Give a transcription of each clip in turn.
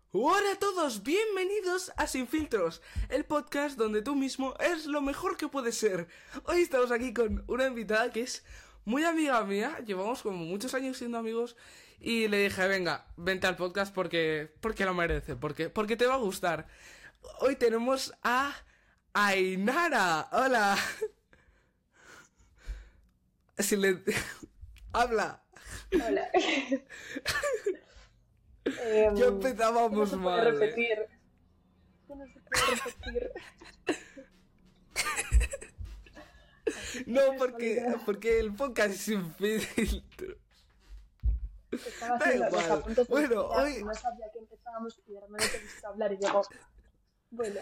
Hola a todos, bienvenidos a Sin Filtros, el podcast donde tú mismo es lo mejor que puedes ser. Hoy estamos aquí con una invitada que es muy amiga mía, llevamos como muchos años siendo amigos y le dije, venga, vente al podcast porque lo merece, porque te va a gustar. Hoy tenemos a Ainara, hola. Habla. Hola. Ya empezábamos no se puede mal. repetir. No se puede repetir. No, porque el podcast es sin filtro. Estaba Da haciendo los igual. apuntes de Bueno, historia, hoy... no sabía que empezábamos y de repente te empecé a hablar y digo, bueno.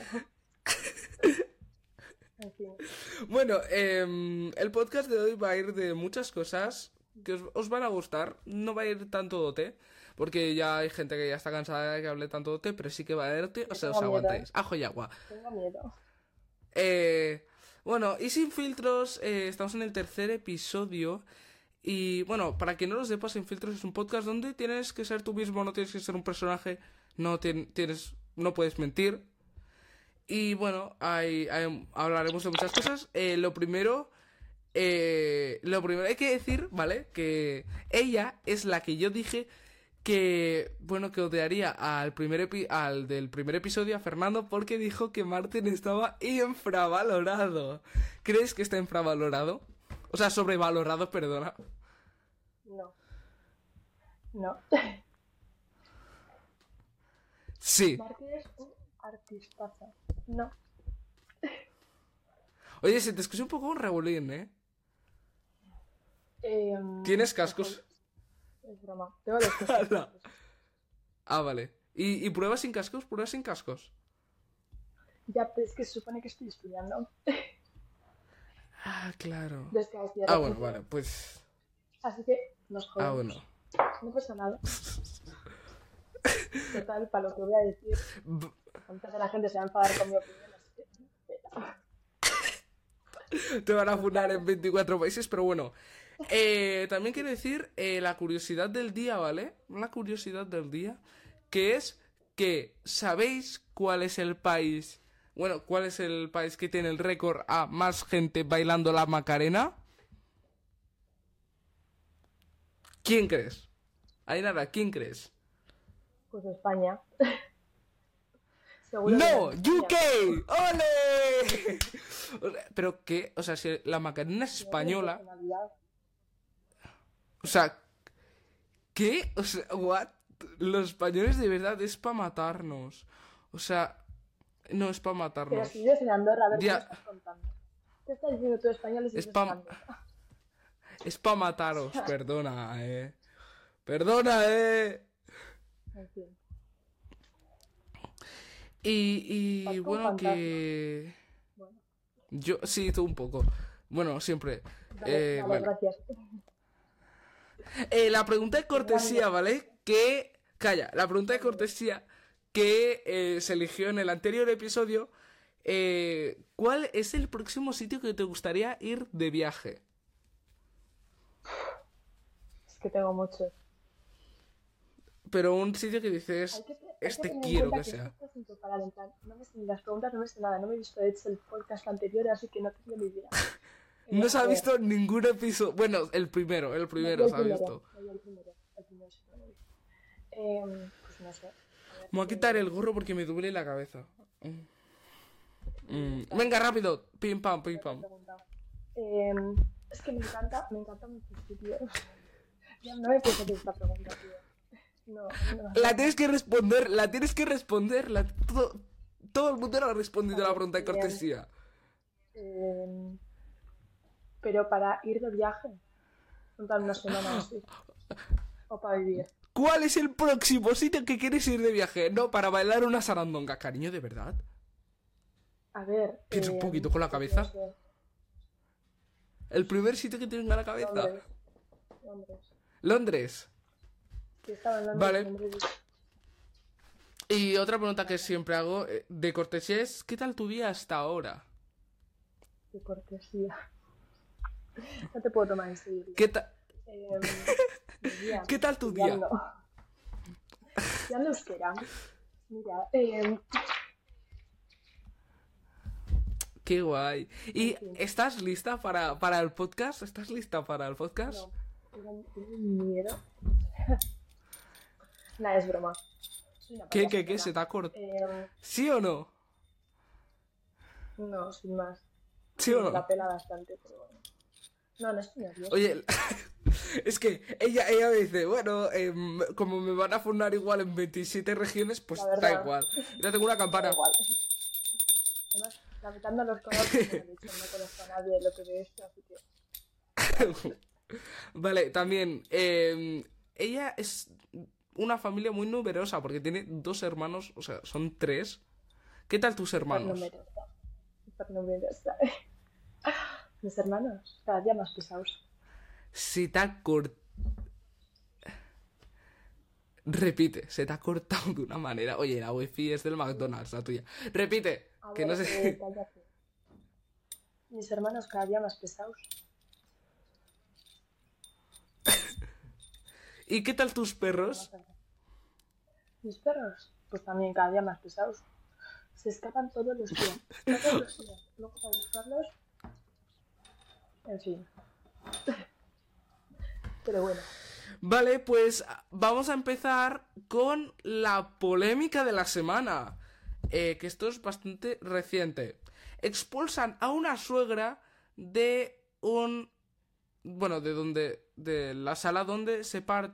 En fin. Bueno, el podcast de hoy va a ir de muchas cosas que os van a gustar. No va a ir tanto dote, porque ya hay gente que ya está cansada de que hable tanto dote, pero sí que va a irte, o sea, os aguantáis. Ajo y agua. Tengo miedo. Bueno, y Sin Filtros, estamos en el tercer episodio. Y bueno, para quien no lo sepa, Sin Filtros es un podcast donde tienes que ser tú mismo, no tienes que ser un personaje, no puedes mentir. Y bueno, hablaremos de muchas cosas. Lo primero hay que decir, ¿vale? Que ella es la que yo dije que, bueno, que odiaría al del primer episodio, a Fernando, porque dijo que Martin estaba infravalorado. ¿Crees que está infravalorado? O sea, sobrevalorado, perdona. No. Sí. Martín es un artistaza. No. Oye, se te escucha un poco un revolín, ¿eh? ¿Tienes cascos? Es broma. Tengo los cascos. Ah, vale. ¿Y pruebas sin cascos? ¿Pruebas sin cascos? Ya, pero es que se supone que estoy estudiando. Ah, claro. Ah, bueno, vale, pues... Así que nos jodemos. Ah, bueno. No pasa nada. Total, para lo que voy a decir. Antes de la gente se va a enfadar con mi opinión, así que... Te van a funar en 24 países, pero bueno. También quiero decir la curiosidad del día, ¿vale? La curiosidad del día, que es que ¿sabéis cuál es el país? Bueno, ¿cuál es el país que tiene el récord a más gente bailando la Macarena? ¿Quién crees? Ainara, ¿quién crees? Pues España. Seguro ¡No! que ¡UK! ¡Ole! Pero qué, o sea, si la Macarena es española. O sea, ¿qué? O sea, ¿what? Los españoles de verdad es para matarnos. O sea, no es para matarnos. Pero si vives en Andorra, a ver Ya. qué estás contando. ¿Qué estás diciendo tú español si Es vives en pa- Andorra? Es para mataros, perdona, Perdona, En fin. Y Vas con bueno, fantasma. que... Bueno, Yo, sí, tú un poco. Bueno, siempre. vale, Vale. gracias. La pregunta de cortesía, ¿vale? Calla, la pregunta de cortesía que se eligió en el anterior episodio. ¿Cuál es el próximo sitio que te gustaría ir de viaje? Es que tengo muchos. Pero un sitio que dices, Hay que tener en quiero cuenta que sea. esto está sin preparar, en plan, no me sé ni las preguntas, no me sé nada, no me he visto de hecho el podcast anterior, así que no tengo ni idea. No se ha A ver, visto ningún episodio. Bueno, el primero no, se ha visto. el primero sí que lo he visto. Pues no sé. A ver, Me voy a quitar el gorro porque me duele la cabeza. Venga, rápido. Pim pam, pim pam. Es que me encanta mucho este tío. Ya no me puedo hacer esta pregunta, tío. No. La tienes que responder. Todo el mundo lo ha respondido a la pregunta de cortesía. Pero para ir de viaje, contar una semana así. O para vivir. ¿Cuál es el próximo sitio que quieres ir de viaje? No, para bailar una sarandonga, cariño, ¿de verdad? A ver. Piensa un poquito con la cabeza. No sé. El primer sitio que te venga a la cabeza. Londres. Sí, estaba en Londres. Vale. Londres. Y otra pregunta que siempre hago de cortesía es ¿qué tal tu día hasta ahora? Qué cortesía. No te puedo tomar en serio. ¿Qué tal? Mi día. ¿Qué tal tu día? Ya no euskera. Mira, Qué guay. ¿Y en fin, estás lista para el podcast? ¿Estás lista para el podcast? no, tengo un miedo. Nada, es broma. Soy una ¿Qué? payasa, ¿Se nena. te ha cortado? Eh, ¿Sí o no? no, sin más. ¿Sí o Me no? la pela bastante, pero bueno. No, no estoy nerviosa. Oye, es que ella me dice, bueno, como me van a funar igual en 27 regiones, pues La da verdad, igual. Ya tengo una me da campana. igual. Además, la mitad no los conozco, como he dicho, no conozco a nadie de lo que ve esto, así que... Vale, también, ella es una familia muy numerosa porque tiene 2 hermanos, o sea, son 3. ¿Qué tal tus Súper hermanos? numerosa. Súper numerosa. Mis hermanos, cada día más pesados. Se te ha cortado. Repite, se te ha cortado de una manera. Oye, la wifi es del McDonald's, la tuya. Repite, A que no ver, sé. cállate. Mis hermanos cada día más pesados. ¿Y qué tal tus ¿Qué perros? más hacer? Mis perros, pues también cada día más pesados. Se escapan todos los días. Todos los días. Luego para buscarlos, en fin. Pero bueno, Vale, pues vamos a empezar con la polémica de la semana. Que esto es bastante reciente. Expulsan a una suegra de un... Bueno, de donde... De la sala donde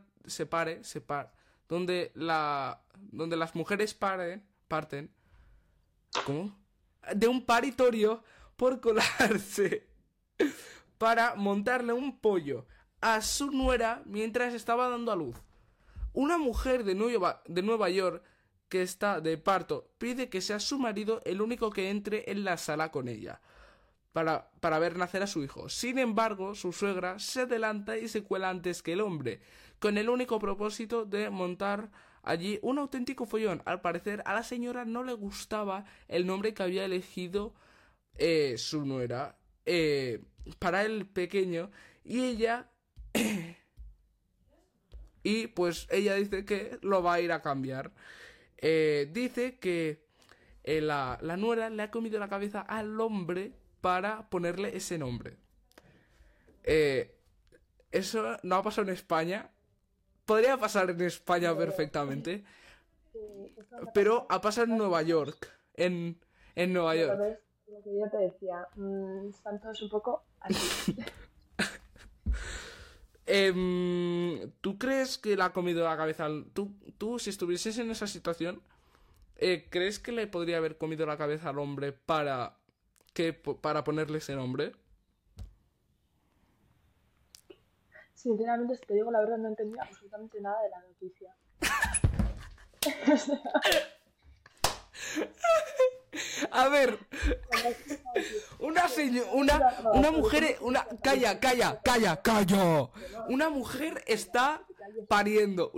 donde donde las mujeres parten. ¿Cómo? De un paritorio por colarse para montarle un pollo a su nuera mientras estaba dando a luz. Una mujer de Nueva York que está de parto pide que sea su marido el único que entre en la sala con ella para ver nacer a su hijo. Sin embargo, su suegra se adelanta y se cuela antes que el hombre, con el único propósito de montar allí un auténtico follón. Al parecer, a la señora no le gustaba el nombre que había elegido su nuera para el pequeño y ella... y pues ella dice que lo va a ir a cambiar. Dice que la nuera le ha comido la cabeza al hombre para ponerle ese nombre. Eso no ha pasado en España. Podría pasar en España pero perfectamente, eso me ha pero pasado ha pasado en más Nueva veces. York. En Nueva Pero York. ves, lo que yo te decía, están todos un poco así. ¿Tú crees que le ha comido la cabeza tú, si estuvieses en esa situación, crees que le podría haber comido la cabeza al hombre para ponerle ese nombre? Sinceramente, si te digo la verdad, no entendía absolutamente nada de la noticia. A ver, Cuando has empezado a decir una que señora, no me da nada, una pero mujer, ¿cómo se dice calla, cabeza? calla, calla, calla. Que no, Una mujer está que calles. pariendo,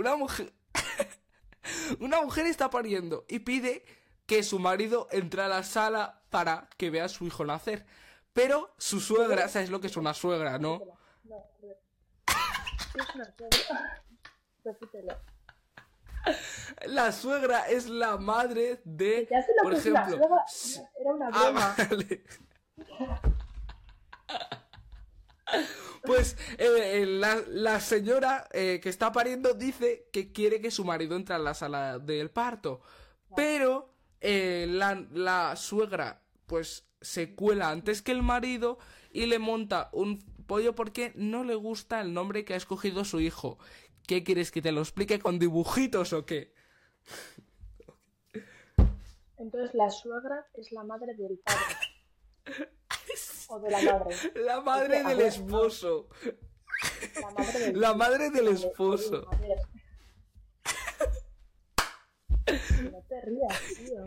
una mujer está pariendo y pide que su marido entre a la sala para que vea a su hijo nacer. Pero su suegra, ¿sabes lo que es una suegra, no? Repítelo. No, a ver. ¿Qué es una suegra? Repítelo. La suegra es la madre Que de, ya sé lo por que es una ejemplo... suegra. s- Era una Ah, broma. vale. Pues la señora que está pariendo dice que quiere que su marido entre a la sala del parto. Vale. Pero la suegra pues se cuela antes que el marido y le monta un pollo porque no le gusta el nombre que ha escogido su hijo. ¿Qué quieres que te lo explique con dibujitos o qué? Entonces la suegra es la madre del padre. O de la madre. La Es madre que, a del ver, no. esposo. La madre del La tío. madre del Vale, esposo. a ver. No te rías, tío.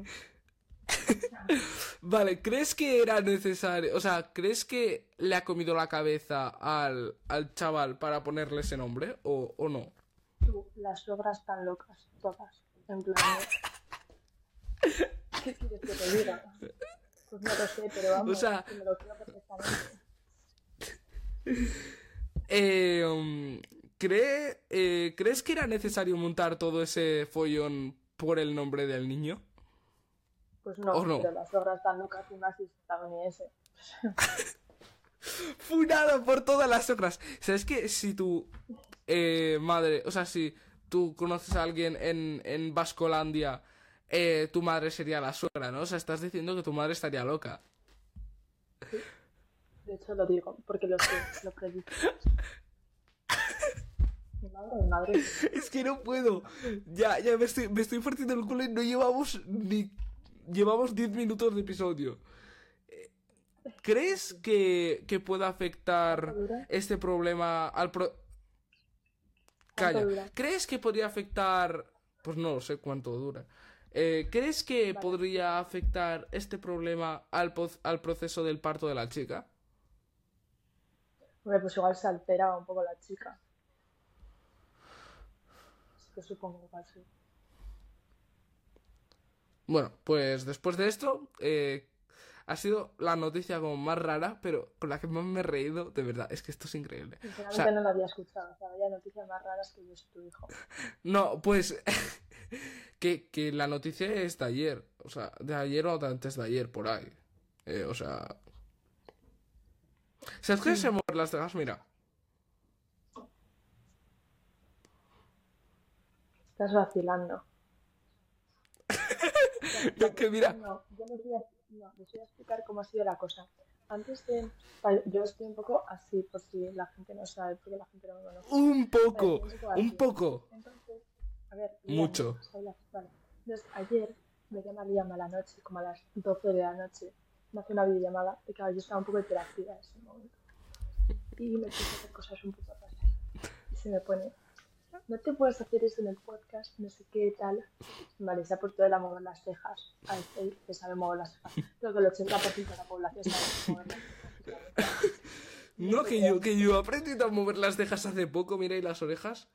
Vale, ¿crees que era necesario? O sea, ¿crees que le ha comido la cabeza al chaval para ponerle ese nombre? ¿O no? Tú, las suegras están locas, todas. En plan, ¿qué quieres que te diga? Pues no lo sé, pero O vamos, sea, que me lo creo perfectamente. ¿crees que era necesario montar todo ese follón por el nombre del niño? Pues no, ¿O no? pero las suegras están locas y más si es estadounidense. Funado por todas las suegras. ¿Sabes que si tu madre, o sea, si tú conoces a alguien en Vascolandia, tu madre sería la suegra, ¿no? O sea, estás diciendo que tu madre estaría loca. Sí. De hecho lo digo, porque lo sé, lo predico. Mi madre. Es que no puedo. Ya me estoy partiendo el culo y no llevamos ni... Llevamos 10 minutos de episodio. ¿Crees que pueda afectar ¿Cuánto dura? este problema al ¿Cuánto Calla. dura? ¿Crees que podría afectar... Pues no sé cuánto dura. ¿Crees que Vale. podría afectar este problema al proceso del parto de la chica? Hombre, pues igual se altera un poco la chica. Así que supongo que sí. Bueno, pues después de esto, ha sido la noticia como más rara, pero con la que más me he reído, de verdad, es que esto es increíble. O Sinceramente sea, no la había escuchado. O sea, había noticias más raras que yo soy tu hijo. no, pues que la noticia es de ayer, o sea, de ayer o de antes de ayer, por ahí. O sea... ¿Sabes que se mueven las cejas? Mira. Estás vacilando. Es que mira... No, les voy a explicar cómo ha sido la cosa. Antes de... Yo estoy un poco así, por si la gente no sabe, porque la gente no me conoce. Un poco, Vale, estoy un poco así. un poco. Entonces, a ver, Liam, Mucho. vale. Entonces, ayer me llama Liam a la noche, como a las 12 de la noche. Me hace una videollamada, y claro, yo estaba un poco hiperactiva en ese momento. Y me puse a hacer cosas un poco raras. Y se me pone, no te puedes hacer eso en el podcast, no sé qué tal. Vale, se ha puesto él a mover las cejas. A este que sabe mover las cejas. Creo que el 80% de la población sabe mover las cejas. No, que yo aprendí a mover las cejas hace poco, mira, y las orejas.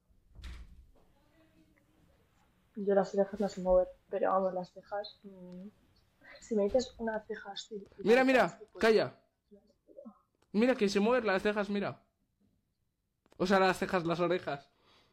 Yo las orejas no sé mover, pero vamos, las cejas... Si me dices una ceja así... Mira, mira, así, pues, calla. Mira, que se mueven las cejas, mira. O sea, las cejas, las orejas.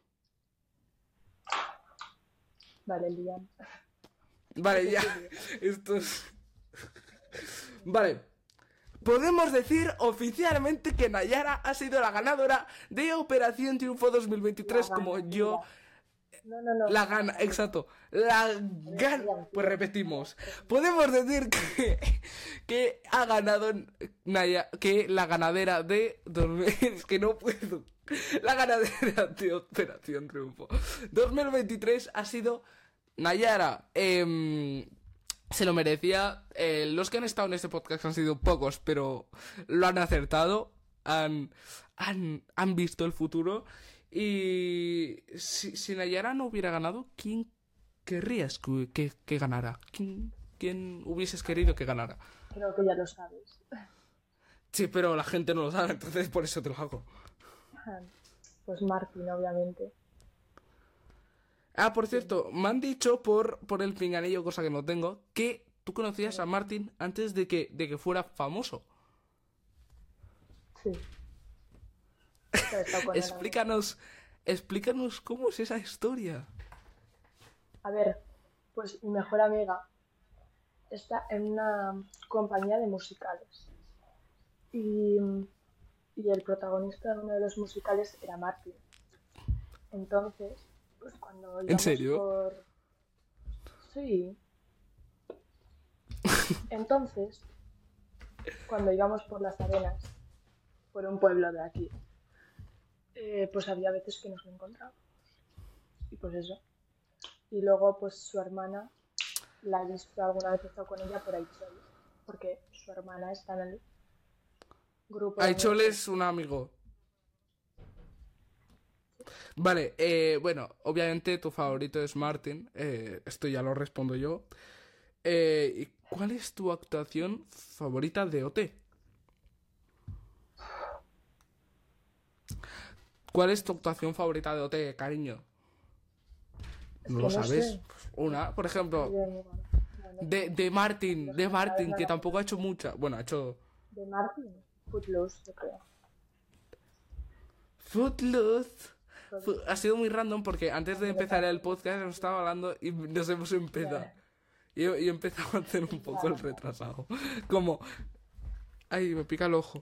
Vale, Liam. Vale, ya. Esto es... Vale. Podemos decir oficialmente que Nayara ha sido la ganadora de Operación Triunfo 2023, como yo... No. La gana, exacto. La gana. Pues repetimos. Podemos decir que ha ganado Naya, que la ganadera de... Es que no puedo. La ganadera de Operación Triunfo 2023 ha sido Nayara. Se lo merecía. Los que han estado en este podcast han sido pocos, pero lo han acertado. Han visto el futuro. Y si Nayara no hubiera ganado, ¿quién querrías que ganara? ¿Quién hubieses querido que ganara? Creo que ya lo sabes. Sí, pero la gente no lo sabe, entonces por eso te lo hago. Pues Martín, obviamente. Ah, por cierto, me han dicho por el pinganillo, cosa que no tengo, que tú conocías a Martín antes de que fuera famoso. Sí. Explícanos cómo es esa historia. A ver, pues mi mejor amiga está en una compañía de musicales. Y el protagonista de uno de los musicales era Martín. Entonces, pues cuando íbamos ¿En serio? por... Sí. Entonces, cuando íbamos por las arenas, por un pueblo de aquí, pues había veces que nos lo encontrábamos. Y pues eso. Y luego, pues su hermana, la he visto alguna vez, he estado con ella por Aichol, porque su hermana está en el grupo de Aichol amigos. es un amigo. Vale, bueno, obviamente tu favorito es Martin. Esto ya lo respondo yo. ¿Y cuál es tu actuación favorita de OT? ¿Cuál es tu actuación favorita de OT, cariño? Es ¿No que lo no sabes? sé. Una, por ejemplo, Bueno, de Martin, que tampoco ha hecho mucha. Bueno, ha hecho de Martin, Footloose, yo creo. Footloose. Ha sido muy random porque antes de empezar el podcast hemos estado hablando y nos hemos empezado. Y he empezado a hacer un poco el retrasado. Como... Ay, me pica el ojo.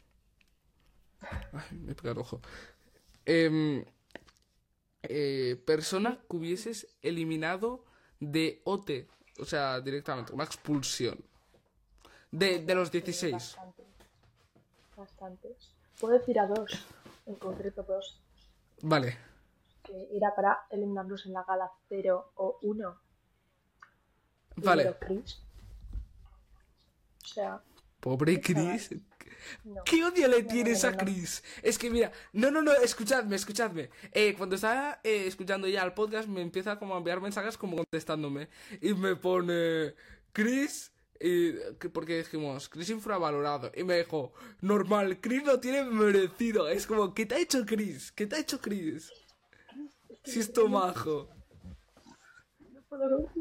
Ay, me pica el ojo. Persona que hubieses eliminado de OT. O sea, directamente, una expulsión. De los 16. Bastantes. Puedo decir a 2, en concreto 2. Vale. Que era para eliminarlos en la gala 0 o 1. Vale. Chris. O sea... Pobre Chris. No. ¿Qué odio le tienes a Chris? Es que mira, no, escuchadme. Cuando estaba escuchando ya el podcast me empieza como a enviar mensajes como contestándome. Y me pone Chris, porque dijimos, Chris infravalorado. Y me dijo, normal, Chris lo tiene merecido. Es como, ¿qué te ha hecho Chris? ¿Qué te ha hecho Chris? Si es tu majo. No puedo ver.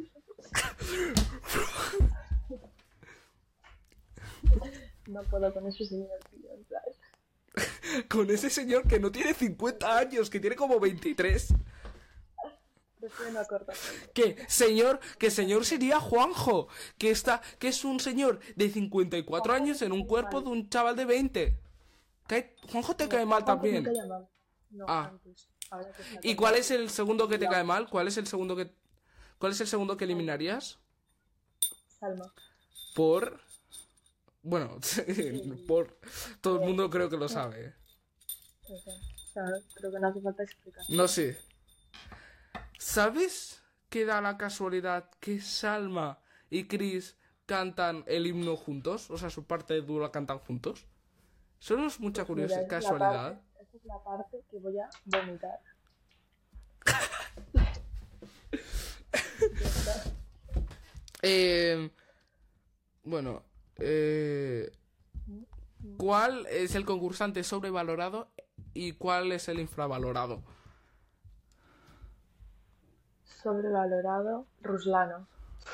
No puedo con ese señor, tío, ¿sabes? Con ese señor que no tiene 50 años, que tiene como 23. Prefiero no acordar. Que señor sería Juanjo, que es un señor de 54 años en un cuerpo de un chaval de 20. Juanjo te cae mal también. No, cae mal. No, Ah. Antes. Ahora que está ¿Y cuál es el segundo que te cae mal? ¿Cuál es el segundo que eliminarías? Salma. Por... Bueno, por... Todo el mundo creo que lo sabe. O sea, creo que no hace falta explicar. No sé. ¿Sabes qué da la casualidad que Salma y Chris cantan el himno juntos? O sea, su parte de dúo la cantan juntos. Solo es mucha curiosidad, casualidad. Esa es la parte que voy a vomitar. Bueno, ¿cuál es el concursante sobrevalorado y cuál es el infravalorado? Sobrevalorado, Ruslana.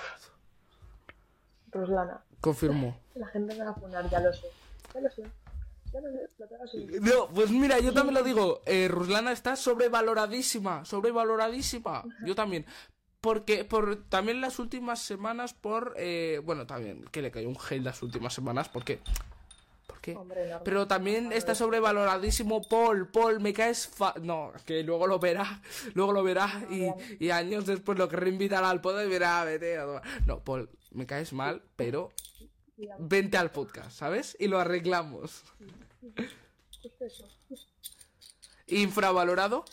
Confirmó. La gente me va a poner, ya lo sé. Lo tengo así. No, pues mira, yo también lo digo. Ruslana está sobrevaloradísima. Yo también. Porque también las últimas semanas bueno, también que le cayó un hate las últimas semanas porque... Hombre, no, pero también está sobrevaloradísimo Paul, me caes no, que luego lo verá y años después lo querré invitar al podcast y verá, vete. No, Paul, me caes mal, pero vente al podcast, ¿sabes? Y lo arreglamos. Justo eso. ¿Infravalorado?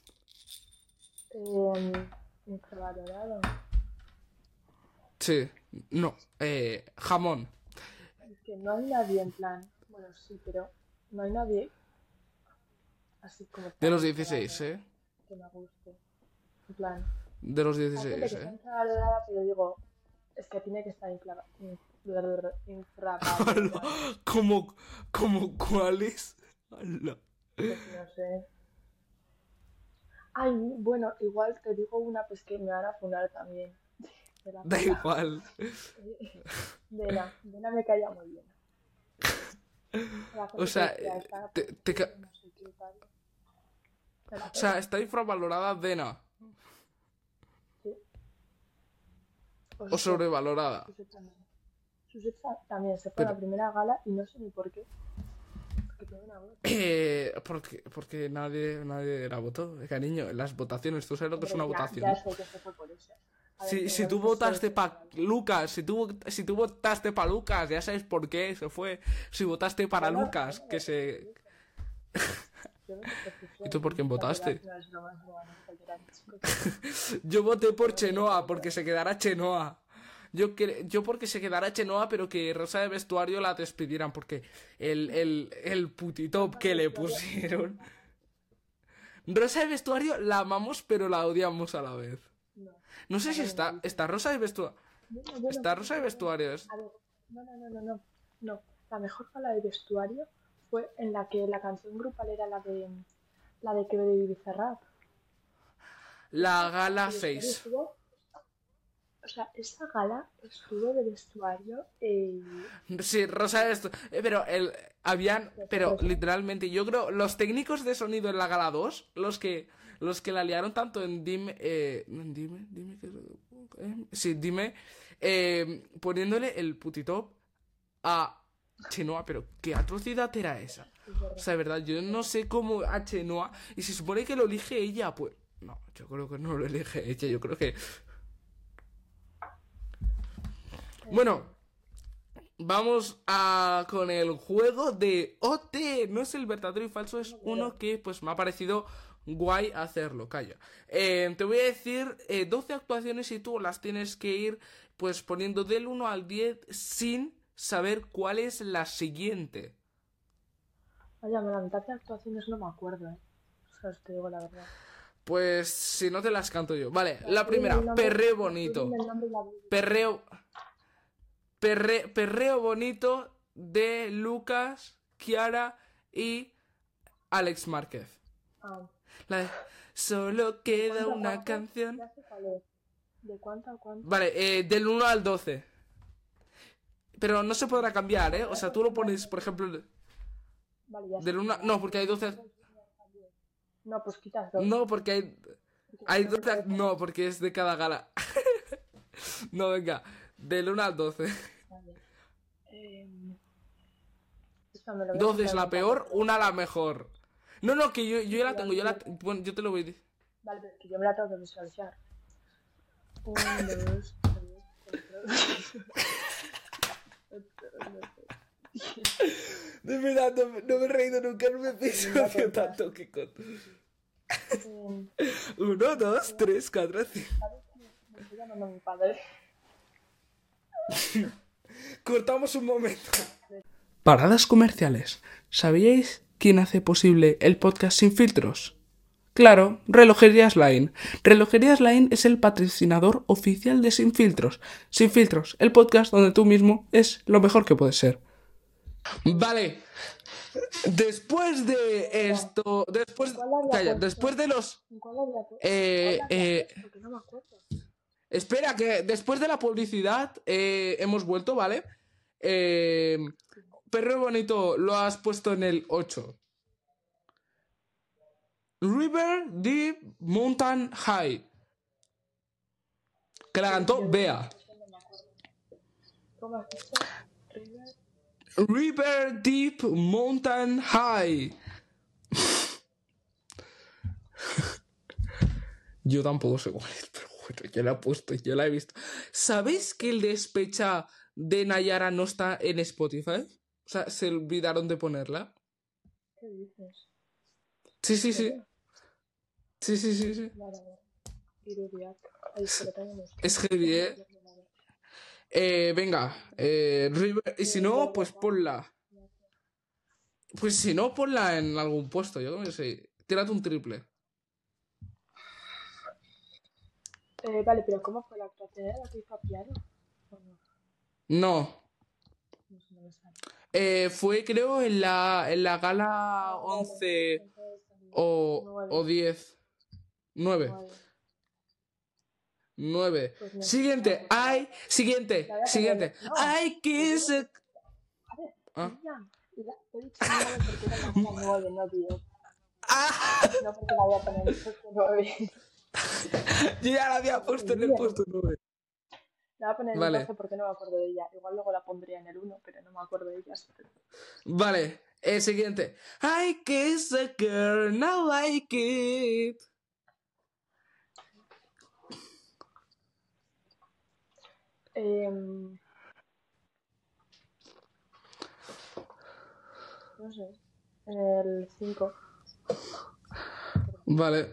Infravalorado. Sí, no, jamón. Es que no hay nadie en plan... Bueno, sí, pero no hay nadie así como... De los 16, ¿eh? Que me guste. En plan... De los Hay gente 16, que está infravalorada, pero digo... Es que tiene que estar infravalorada. ¿Cómo cuáles? Ala. Pues no sé. Ay, bueno, igual te digo una, pues que me van a funar también. Da igual. Dena me caía muy bien. O sea, o sea, está infravalorada Dena. Sí. O sobrevalorada. Suset también se fue a la primera gala y no sé ni por qué. Porque nadie la votó, cariño. Las votaciones, tú sabes lo que es una votación. Ya sé que se fue por eso. Si tú votaste para Lucas, si tú votaste para Lucas, ya sabes por qué se fue. Si votaste para Lucas, que se... ¿Y tú por quién votaste? Yo voté por Chenoa, porque se quedara Chenoa. Yo porque se quedara Chenoa, pero que Rosa de Vestuario la despidieran, porque el putitop que le pusieron... Rosa de Vestuario la amamos, pero la odiamos a la vez. No sé si está Rosa de Vestuario. Está Rosa de Vestuario. A ver, no. La mejor gala de vestuario fue en la que la canción grupal era la de que de Bizarrap. La gala 6. O sea, esta gala estuvo de vestuario Sí, Rosa esto. Pero literalmente, yo creo, los técnicos de sonido en la gala 2, los que la liaron tanto en Dime, Dime, poniéndole el putitop a Chenoa, pero ¿qué atrocidad era esa? O sea, de verdad, yo no sé cómo a Chenoa, y se supone que lo elige ella, pues, no, yo creo que no lo elige ella, yo creo que... Bueno, vamos con el juego de OT. No es el verdadero y falso, es uno que pues me ha parecido guay hacerlo. Calla. Te voy a decir 12 actuaciones y tú las tienes que ir pues poniendo del 1 al 10 sin saber cuál es la siguiente. Vaya, la mitad de actuaciones no me acuerdo, ¿eh? O sea, os te digo la verdad. Pues si no te las canto yo. Vale, la primera, perreo bonito. Perreo bonito de Lucas, Kiara y Alex Márquez. La de solo queda una canción. Ya sé cuál es. ¿De cuánto a cuánto? Vale, del 1 al 12. Pero no se podrá cambiar, ¿eh? O sea, tú lo pones, por ejemplo... Vale, ya del 1 no, porque hay 12... No, pues quitas 2. No, porque hay 12... No, porque es de cada gala. No, venga. Del 1 al 12. Vale. 12 es la peor, 1 la mejor. No, que yo ya la tengo. Bueno, yo te lo voy a decir. Vale, pero es que yo me la tengo que visualizar. 1, 2, 3, 4. De verdad, no me he reído nunca, no me visualizo tanto que con... 1, 2, 3, 4, 5. ¿Sabes que me estoy llamando a mi padre? Cortamos un momento. Paradas comerciales. ¿Sabíais quién hace posible el podcast Sin Filtros? Claro, Relojerías Line. Relojerías Line es el patrocinador oficial de Sin Filtros. Sin Filtros, el podcast donde tú mismo es lo mejor que puedes ser. Vale. Después de esto... Después de los... ¿Cuál había puesto? Porque no me acuerdo. Espera, que después de la publicidad hemos vuelto, ¿vale? Perro bonito lo has puesto en el 8. River Deep Mountain High. Que la cantó Bea. ¿Cómo has dicho? River Deep Mountain High. Yo tampoco sé cuál es, pero bueno, yo la he puesto, yo la he visto. ¿Sabéis que el Despecha de Nayara no está en Spotify? O sea, se olvidaron de ponerla. ¿Qué dices? Sí. Sí. Vale. Es heavy, venga, River, y si no, pues ponla. Pues si no, ponla en algún puesto, yo no sé. Tírate un triple. Vale, pero ¿cómo fue la actuación? ¿Era la que hizo a piano? ¿O no? No. No sé, no me sale. Fue creo en la gala 11 o 10. 9. 9. Pues no. Siguiente. Siguiente. No. I kiss it. A ver, Ah. he dicho 9 porque era la 9, no 10. Ah. No porque la había puesto en el puesto 9. Yo ya la había puesto en el puesto 9. La voy a poner en el 12 porque no me acuerdo de ella. Igual luego la pondría en el 1, pero no me acuerdo de ella. Vale, siguiente. I kiss a girl, now like it. No sé. El 5. Vale.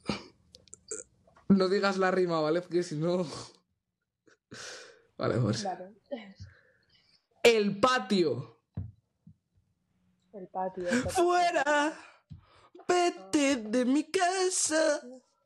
No digas la rima, ¿vale? Porque si no... Vale, pues. Vale. El patio. El patio. ¡Fuera! ¡Vete de mi casa!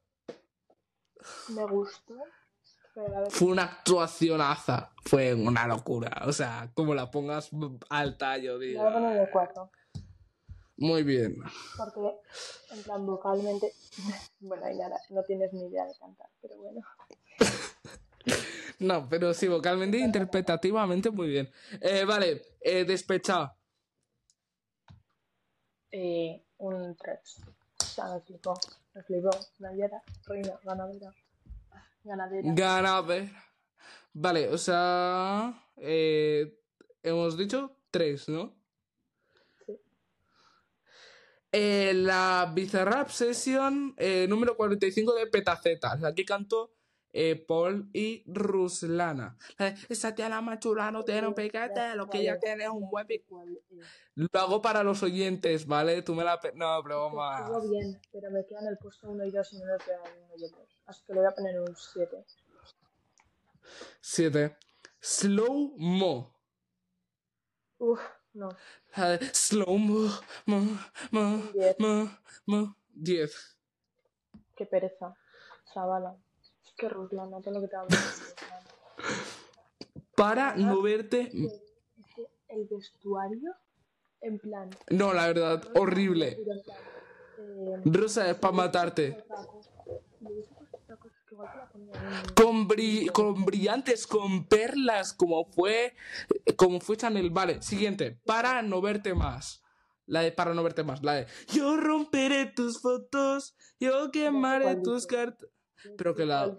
Me gustó. Fue una actuacionaza. Fue una locura. O sea, como la pongas al tallo, digo. La voy a poner de 4. Muy bien. Porque, en plan, vocalmente... Bueno, Ainara, no tienes ni idea de cantar, pero bueno. No, pero sí, vocalmente e interpretativamente muy bien. Vale, despechado. Un 3. O sea, me flipó. Nayera, reina, ganadera. Ganador. Vale, o sea, hemos dicho 3, ¿no? Sí. La Bizarrap Session número 45 de Petaceta. La que cantó Paul y Ruslana. Esa tía la más chula no tiene un pecate, lo que ella tiene es un buen pic. Lo hago para los oyentes, ¿vale? Tú me la... No, broma. Estuvo bien, pero me quedan el puesto 1 y 2 y no me quedan 1 y 2. Así que le voy a poner un 7. 7. Slow Mo. Uf, no. Slow Mo. 10. Qué pereza. Chavala. Es que Ruslana, todo lo que te hablo. Para no verte... Es que el vestuario, en plan... No, la verdad, horrible. Rosa es para matarte. Con brillantes, con perlas, como fue Chanel. Vale, siguiente. Para no verte más. La de para no verte más. La de yo romperé tus fotos, yo quemaré tus cartas. Pero que la...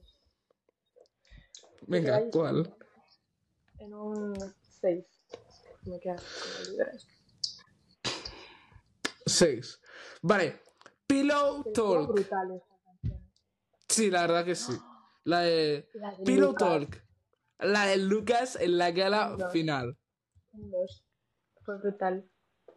Venga, ¿cuál? En un 6. Me queda como libres. 6. Vale. Pillow Talk. Brutal esta canción. Sí, la verdad que sí. La de Pillow Lucas. Talk. La de Lucas en la gala final. Fue brutal.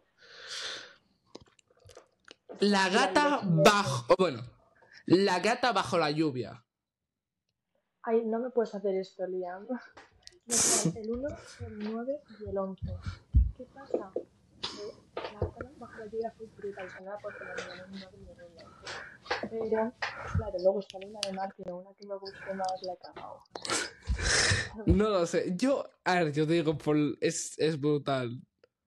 La gata bajo... Bueno, la gata bajo la lluvia. Ay, no me puedes hacer esto, Liam. Me quedan el 1, el 9 y el 11. ¿Qué pasa? La gata bajo la lluvia fue brutal. O sea, nada porque la mía no me viene. Pero, claro, luego está una de Martin, una que me guste más, la he cagado. No lo sé. A ver, yo te digo, es brutal.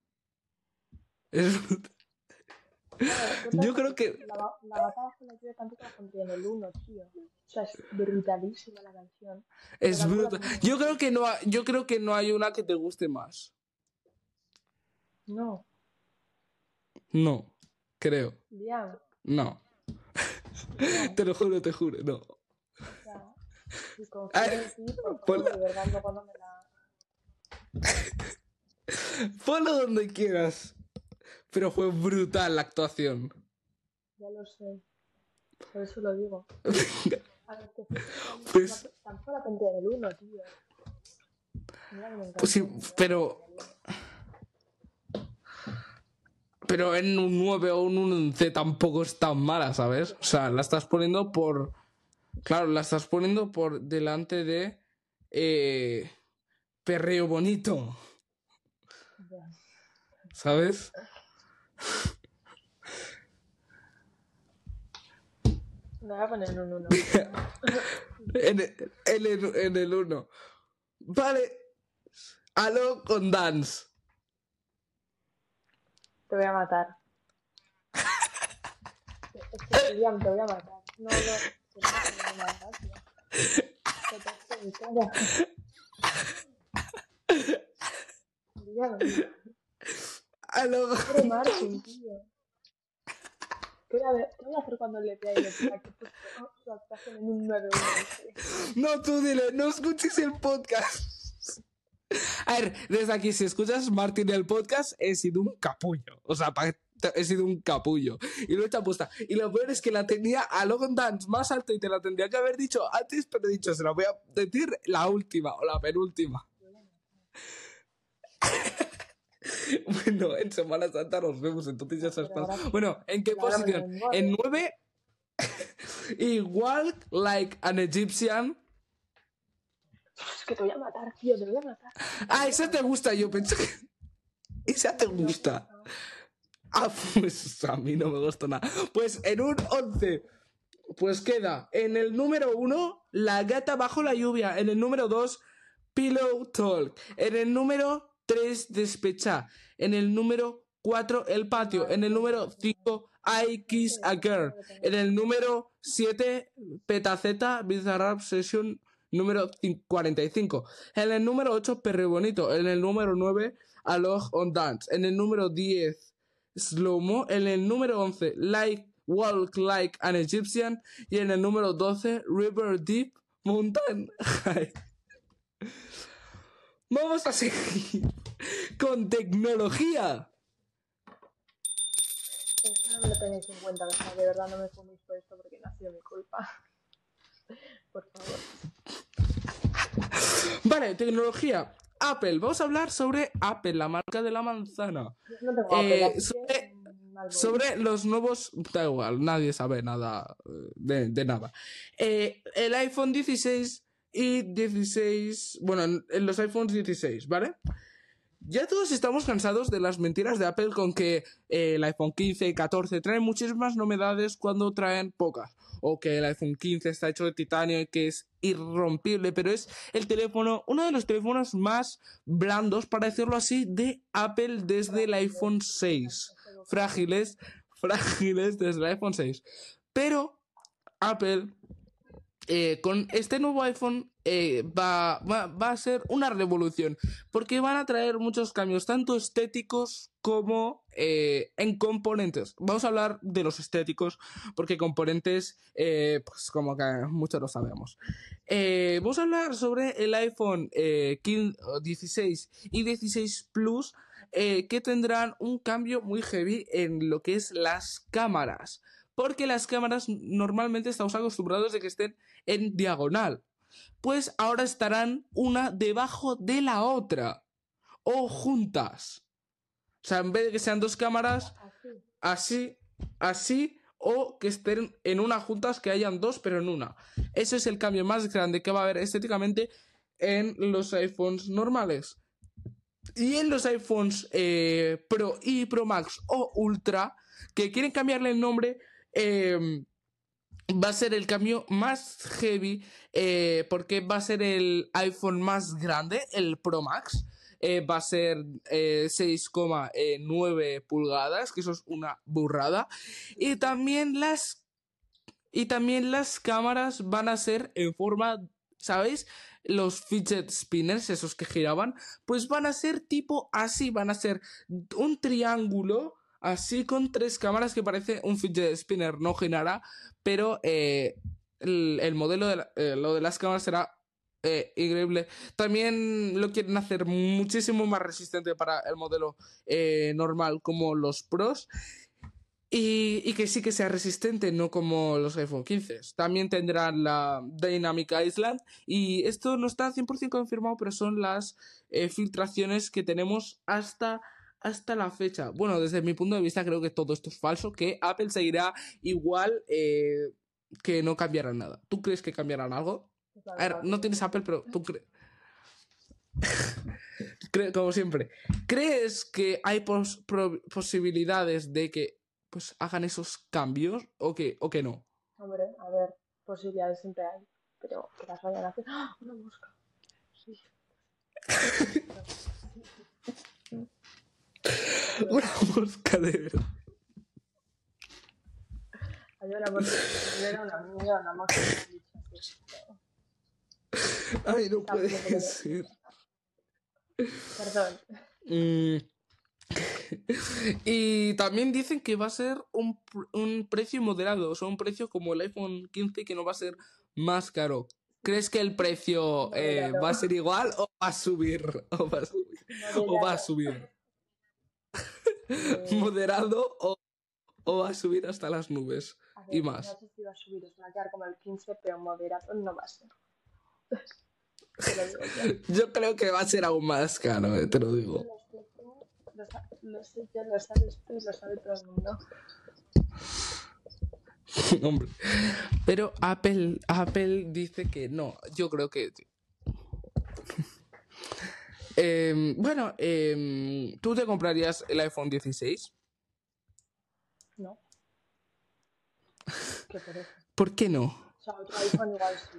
Es brutal. Yo creo que... La gata bajo la lluvia tampoco la pondría en el 1, tío. O sea, es brutalísima la canción. Es brutal. Yo creo que no hay una que te guste más. No. No, creo. Liam. No. Te lo juro, no. O sea, si confío en ti, por favor, de verdad, luego no me la... Ponlo donde quieras. Pero fue brutal la actuación. Ya lo sé. Por eso lo digo. A ver, que pues... tampoco la pondría en el 1, tío. Pues sí, pero... Pero en un 9 o un 11 tampoco es tan mala, ¿sabes? O sea, la estás poniendo por... Claro, la estás poniendo por delante de... Perreo bonito. ¿Sabes? Me voy a poner un 1. en el 1. Vale. Halo con Dance. Te voy a matar. Es que Liam, te voy a matar. No, te voy a matar, tío. Liam. Halo. Pobre Martin, tío. ¿Qué voy a hacer cuando le pega y le pega? Que su actuación en un 9-1. No, tú dile, no escuches el podcast. A ver, desde aquí, si escuchas Martín el podcast, he sido un capullo. O sea, he sido un capullo. Y lo he hecho apuesta. Y lo peor es que la tenía a Logan Dance más alto y te la tendría que haber dicho antes, pero he dicho, se la voy a decir la última o la penúltima. Bueno, en Semana Santa nos vemos, entonces ya sabes. Bueno, ¿en qué posición? En 9. Y Walk Like an Egyptian. Es que te voy a matar, tío, te voy a matar. Ah, esa te gusta, yo pensé que... Esa te gusta. Ah, pues a mí no me gusta nada. Pues en un 11, pues queda en el número 1, La gata bajo la lluvia. En el número 2, Pillow Talk. En el número 3, Despecha. En el número 4, El patio. En el número 5, I Kiss a Girl. En el número 7, Petaceta, Bizarrap Session número 45. En el número 8, Perre Bonito. En el número 9, Aloj on Dance. En el número 10, Slow Mo. En el número 11, Walk Like an Egyptian. Y en el número 12, River Deep Mountain High. Vamos a seguir con tecnología. Esto no me lo tenéis en cuenta, o sea, de verdad no me fuméis por esto porque no ha sido mi culpa. Por favor. Vale, tecnología. Apple. Vamos a hablar sobre Apple, la marca de la manzana. Yo no tengo Apple, así que sobre los nuevos... Da igual, nadie sabe nada de nada. El iPhone 16 y 16... Bueno, en los iPhones 16, ¿vale? Ya todos estamos cansados de las mentiras de Apple con que el iPhone 15 y 14 traen muchísimas novedades cuando traen pocas. O que el iPhone 15 está hecho de titanio y que es irrompible, pero es el teléfono, uno de los teléfonos más blandos, para decirlo así, de Apple desde el iPhone 6. Frágiles desde el iPhone 6. Pero Apple... con este nuevo iPhone va a ser una revolución, porque van a traer muchos cambios, tanto estéticos como en componentes. Vamos a hablar de los estéticos, porque componentes, pues como que muchos lo sabemos. Vamos a hablar sobre el iPhone 16 y 16 Plus, que tendrán un cambio muy heavy en lo que es las cámaras. Porque las cámaras normalmente estamos acostumbrados de que estén en diagonal. Pues ahora estarán una debajo de la otra. O juntas. O sea, en vez de que sean dos cámaras, así, o que estén en una juntas, que hayan dos, pero en una. Ese es el cambio más grande que va a haber estéticamente en los iPhones normales. Y en los iPhones Pro y Pro Max o Ultra, que quieren cambiarle el nombre... va a ser el cambio más heavy, porque va a ser el iPhone más grande, el Pro Max. Va a ser 6,9 pulgadas, que eso es una burrada. Y también las cámaras van a ser en forma, ¿sabéis? Los fidget spinners, esos que giraban, pues van a ser tipo así, van a ser un triángulo así con 3 cámaras, que parece un fidget spinner, no girará, pero el modelo lo de las cámaras será increíble. También lo quieren hacer muchísimo más resistente para el modelo normal, como los Pros. Y que sí que sea resistente, no como los iPhone 15. También tendrán la Dynamic Island. Y esto no está 100% confirmado, pero son las filtraciones que tenemos hasta la fecha. Bueno, desde mi punto de vista creo que todo esto es falso, que Apple seguirá igual, que no cambiará nada. ¿Tú crees que cambiarán algo? A ver, no tienes Apple, pero tú crees... Como siempre, ¿crees que hay posibilidades de que pues hagan esos cambios o que no? Hombre, a ver, posibilidades siempre hay, pero que las vayan a hacer... ¡Ah! ¡Una mosca! Sí. Una mosca, de verdad. Había una mosca, una mosca. Ay, no puede ser. Perdón. Y también dicen que va a ser un precio moderado, o sea, un precio como el iPhone 15, que no va a ser más caro. ¿Crees que el precio va a ser igual o va a subir? ¿O va a subir? ¿Moderado o va a subir hasta las nubes? A ver, Y más. No sé si va a subir, es va a quedar como el 15, pero moderado no va a ser. Yo creo que va a ser aún más caro, te lo digo. Lo sé yo, lo sabes tú, lo sabe todo el mundo. Hombre. Pero Apple dice que no. Yo creo que... bueno, ¿tú te comprarías el iPhone 16? No. ¿Qué por eso? ¿Por qué no? O sea, otro iPhone igual sí.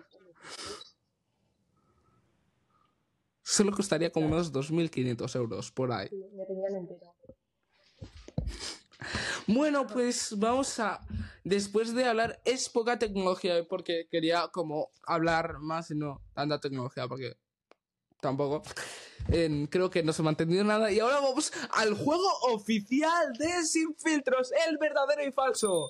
Solo costaría como unos 2.500 euros por ahí. Sí, me tenían entero. Bueno, pues vamos a... Después de hablar, es poca tecnología, porque quería como hablar más y no tanta tecnología, porque tampoco. Creo que no se me ha entendido nada. Y ahora vamos al juego oficial de Sin Filtros, el verdadero y falso.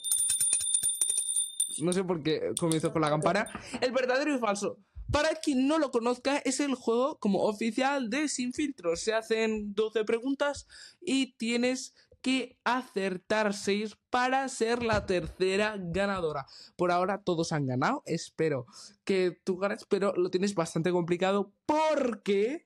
No sé por qué comienzo con la campana. El verdadero y falso. Para quien no lo conozca, es el juego como oficial de Sin Filtros. Se hacen 12 preguntas y tienes que acertar 6 para ser la tercera ganadora. Por ahora todos han ganado. Espero que tú ganes, pero lo tienes bastante complicado porque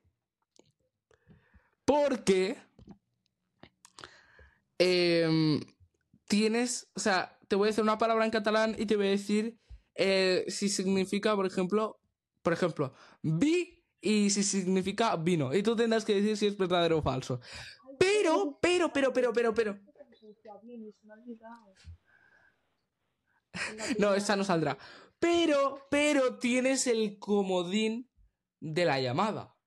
tienes, o sea, te voy a decir una palabra en catalán y te voy a decir si significa, por ejemplo, vi y si significa vino. Y tú tendrás que decir si es verdadero o falso. Pero. No, esa no saldrá. Pero tienes el comodín de la llamada.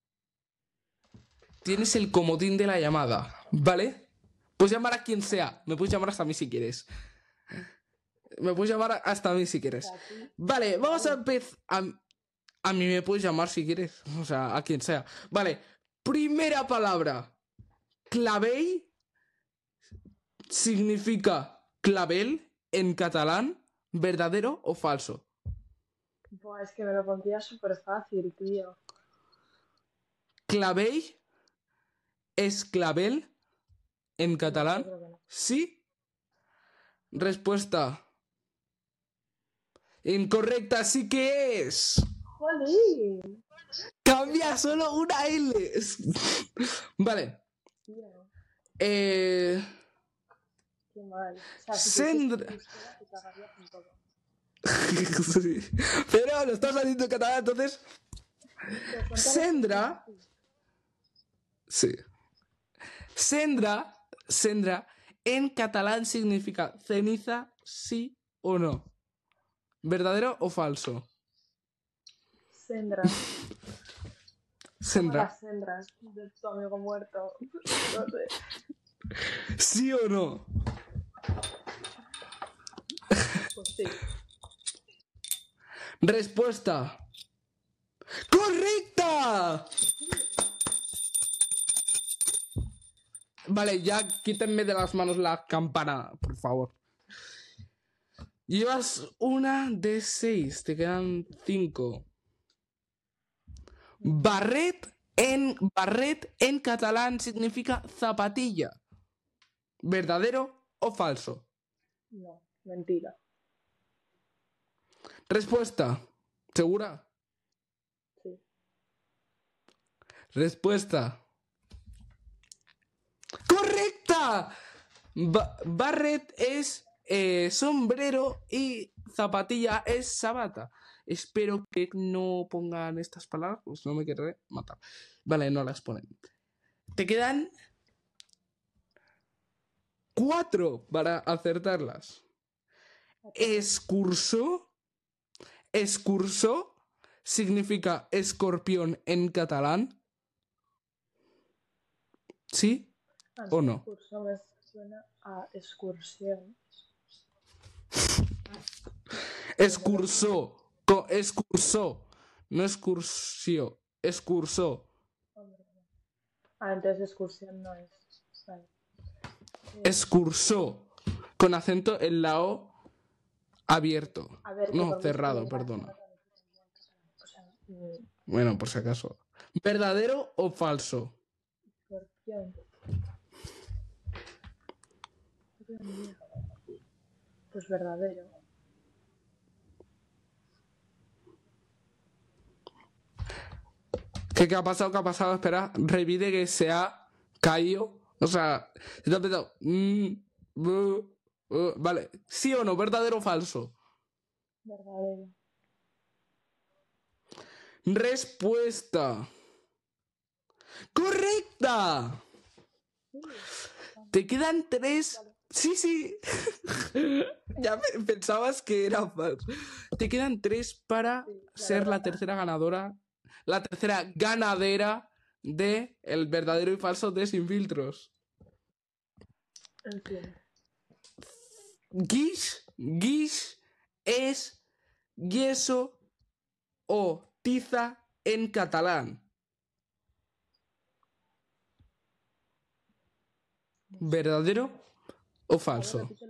Tienes el comodín de la llamada, ¿vale? Puedes llamar a quien sea. Me puedes llamar hasta a mí si quieres. Me puedes llamar hasta a mí si quieres. Vale, vamos a empezar. A mí me puedes llamar si quieres. O sea, a quien sea. Vale, primera palabra. Clavell significa clavel en catalán. ¿Verdadero o falso? Buah, es que me lo pondría súper fácil, tío. Clavell es clavel en No, yo catalán. creo que no. ¿Sí? Respuesta incorrecta, sí que es. ¡Jolín! Cambia solo una L. Vale. Tío, Eh... qué mal. O sea, si Sendra. te euskera, te cagarías en todo. Sí. Pero lo estás haciendo en catalán, entonces. Sendra. Sí. Sendra en catalán significa ceniza, sí o no. ¿Verdadero o falso? Sendra. Como Sendra. las sendras de tu amigo muerto. No sé. ¿Sí o no? Pues sí. Respuesta. ¡Correcta! Vale, ya quítenme de las manos la campana, por favor. Llevas una de 6, te quedan 5. Barret en catalán significa zapatilla. ¿Verdadero o falso? No, mentira. Respuesta. ¿Segura? Sí. Respuesta. ¡Correcta! Barret es sombrero y zapatilla es sabata. Espero que no pongan estas palabras, pues no me querré matar. Vale, no las ponen. Te quedan 4 para acertarlas. Escurso significa escorpión en catalán. ¿Sí o no? Excurso me suena a excursión. Escursó, no excursio, escursó. Ah, entonces excursión no es. Vale. Escursó, con acento en la O abierto. A ver, No, cerrado, perdona. Bueno, por si acaso. ¿Verdadero o falso? Escorpión. Pues verdadero. ¿Qué ha pasado? ¿Qué ha pasado? Espera, revide que se ha caído. O sea, se te ha empezado. Vale, ¿sí o no? ¿Verdadero o falso? Verdadero. Respuesta. ¡Correcta! Te quedan 3. Sí. Ya pensabas que era falso. Te quedan 3 para ser la tercera ganadora. La tercera ganadera de el verdadero y falso de Sin Filtros. En fin. Guix es yeso o tiza en catalán. ¿Verdadero o falso? Repítelo.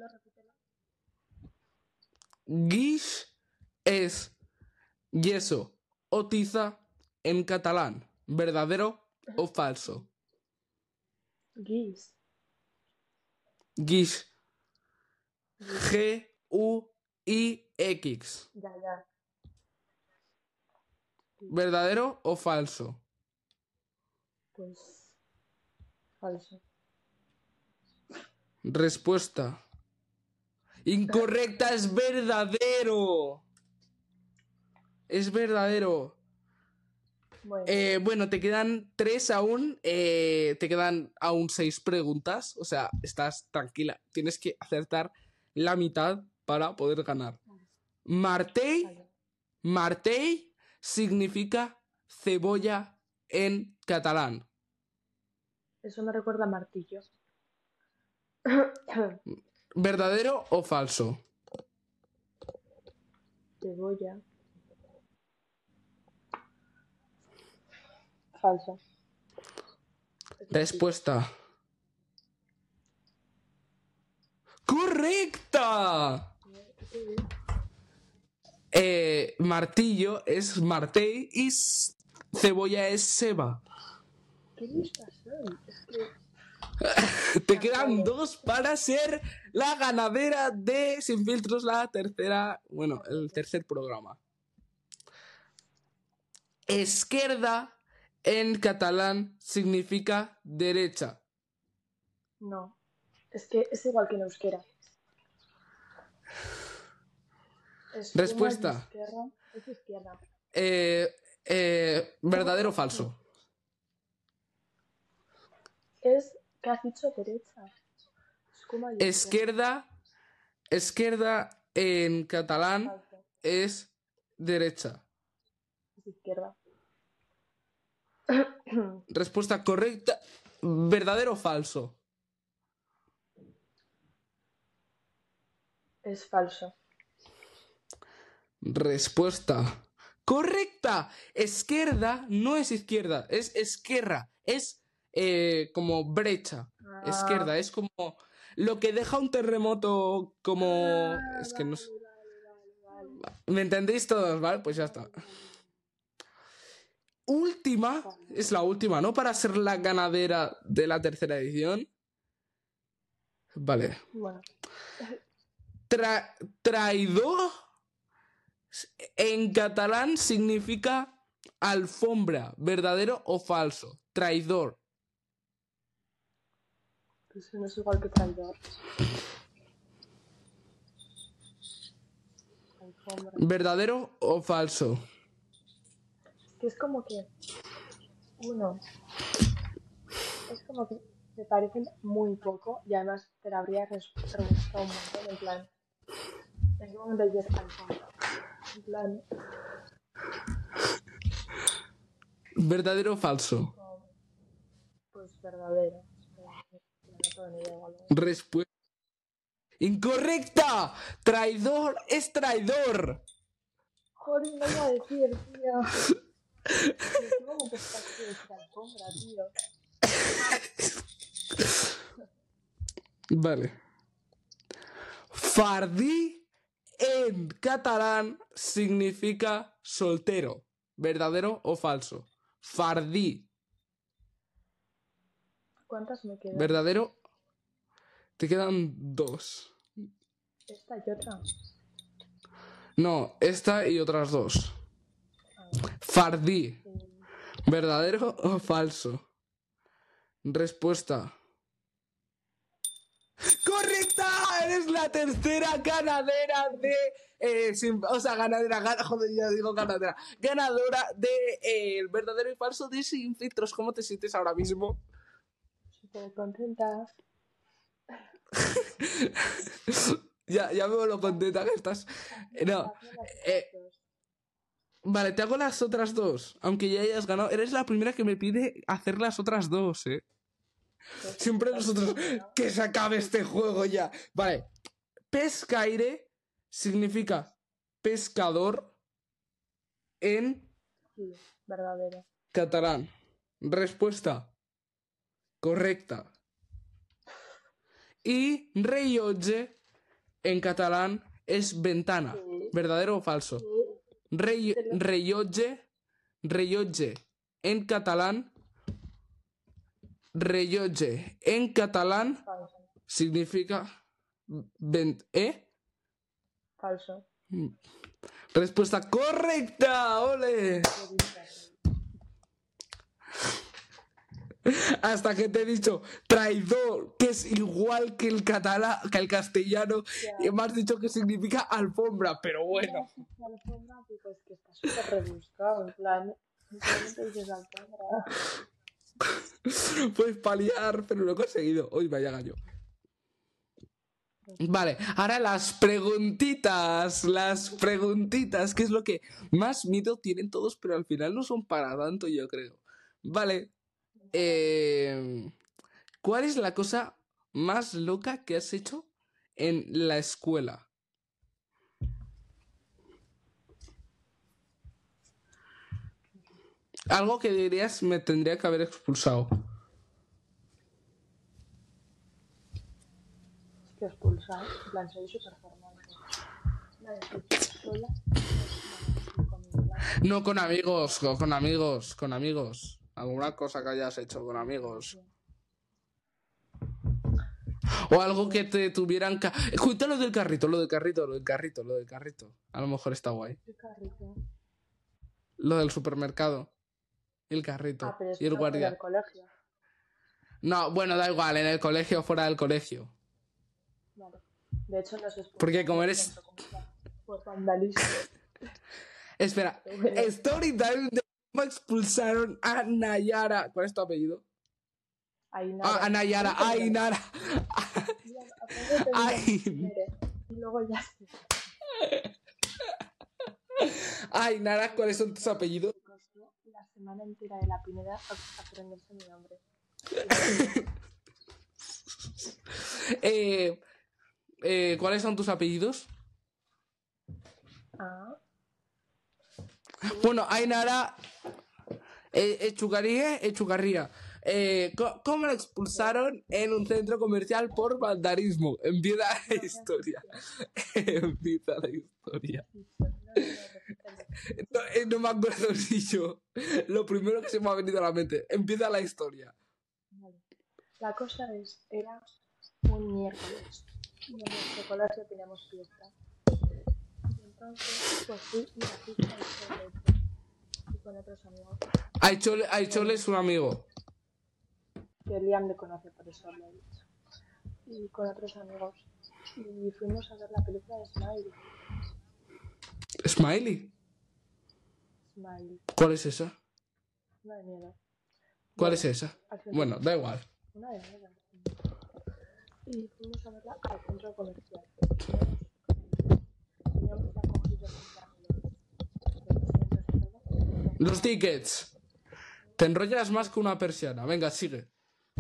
Guix es yeso o tiza en catalán. ¿Verdadero o falso? Guis. Guix. G-U-I-X. Ya. ¿Verdadero o falso? Pues. Falso. Respuesta incorrecta, es verdadero. Es verdadero. Bueno. Te quedan 3 aún. Te quedan aún 6 preguntas. O sea, estás tranquila. Tienes que acertar la mitad para poder ganar. Vale. Martell significa cebolla en catalán. Eso me recuerda a martillo. ¿Verdadero o falso? Cebolla. Falso. Respuesta ¡correcta! Martillo es martell y cebolla es ceba. ¿Qué listas son? Es que... Te quedan 2 para ser la ganadera de Sin Filtros, el tercer programa. Esquerda en catalán significa derecha. No. Es que es igual que en euskera. Respuesta. Es izquierda. ¿Verdadero o falso? Es que has dicho derecha. Esquerda en catalán Falso. es derecha. Es izquierda. Respuesta correcta. ¿Verdadero o falso? Es falso. Respuesta correcta. Esquerda no es izquierda, es esquerra. Es como brecha. Esquerda es como lo que deja un terremoto como... Es que no sé. Vale. ¿Me entendéis todos? ¿Vale? Pues ya está. Es la última, ¿no? Para ser la ganadera de la tercera edición. Vale. Bueno. Traidor en catalán significa alfombra. ¿Verdadero o falso? Traidor. Pues no es igual que traidor. Alfombra. ¿Verdadero o falso? Que es como que uno es como que se parecen muy poco y además te la habría rebuscado un montón en plan en qué momento dices alfombra en plan ¿Verdadero o falso? pues verdadero. No tengo ni idea, ¿vale? Respuesta incorrecta. Traidor es traidor. Joder, no iba a decir, tío. ¿En qué momento estás que decir alfombra, tío? Vale. Fardí en catalán significa soltero. ¿Verdadero o falso? Fardí. ¿Cuántas me quedan? ¿Verdadero? Te quedan 2. Esta y otra. No, esta y otras 2. Fardí. ¿Verdadero o falso? Respuesta. ¡Correcta! Eres la tercera ganadera de... Ganadora de el verdadero y falso de Sin Filtros. ¿Cómo te sientes ahora mismo? Súper contenta. Ya veo lo contenta que estás. No. Vale, te hago las otras 2. Aunque ya hayas ganado. Eres la primera que me pide hacer las otras 2, Siempre nosotros, que se acabe este juego ya. Vale. Pescaire significa pescador en Sí, verdadero. catalán. Respuesta correcta. Y rellotge en catalán es ventana. Sí. ¿Verdadero o falso? Sí, Rellotge en catalán. Rellotge en catalán falso. significa Falso. Respuesta correcta, ole. Lo dije así. Hasta que te he dicho traidor, que es igual que el catalán, que el castellano, Ya. y me has dicho que significa alfombra, pero bueno. Alfombra, pues que está súper rebuscado, en plan, simplemente dices alfombra. Puedes paliar, pero lo he conseguido. Uy, vaya gallo. Vale, ahora las preguntitas, que es lo que más miedo tienen todos, pero al final no son para tanto, yo creo. Vale, ¿cuál es la cosa más loca que has hecho en la escuela? Algo que dirías me tendría que haber expulsado. Que expulsar, en plan, soy súper formal. Vale, sola, con mi clase. No con amigos, con amigos. Alguna cosa que hayas hecho con amigos. O algo que te tuvieran... Cuéntalo lo del carrito. A lo mejor está guay. ¿Qué carrito? Lo del supermercado. El carrito. Pero es Y el no fuera guardia. del colegio. No, bueno, da igual, en el colegio o fuera del colegio. Vale. De hecho, no se expulsa. Porque como eres... Por vandalismo. Espera, story time de cómo expulsaron a Nayara. ¿Cuál es tu apellido? Ainara. A Nayara, Ainara. Ay. Y luego ya se... Ainara, ¿cuáles son tus apellidos? Me costó la semana entera de la Pineda aprenderse mi nombre. ¿Cuáles son tus apellidos? Bueno, Ainara Echugarría. ¿Cómo la expulsaron en un centro comercial por vandalismo? Empieza la historia. No me acuerdo ni yo. Lo primero que se me ha venido a la mente. Empieza la historia. Vale. La cosa es, era un miércoles y en nuestro colegio teníamos fiesta. Y entonces, pues fui y la fiesta y con otros amigos. Aichole es un amigo. Que Liam le conoce, por eso lo he dicho. Y con otros amigos. Y fuimos a ver la película de Smiley. ¿Smiley? Smiley. ¿Cuál es esa? Una de miedo. ¿Cuál es esa? Bueno, da igual. Una de miedo. Y fuimos a verla al centro comercial. Teníamos ya cogidos los tickets. Te enrollas más que una persiana. Venga, sigue.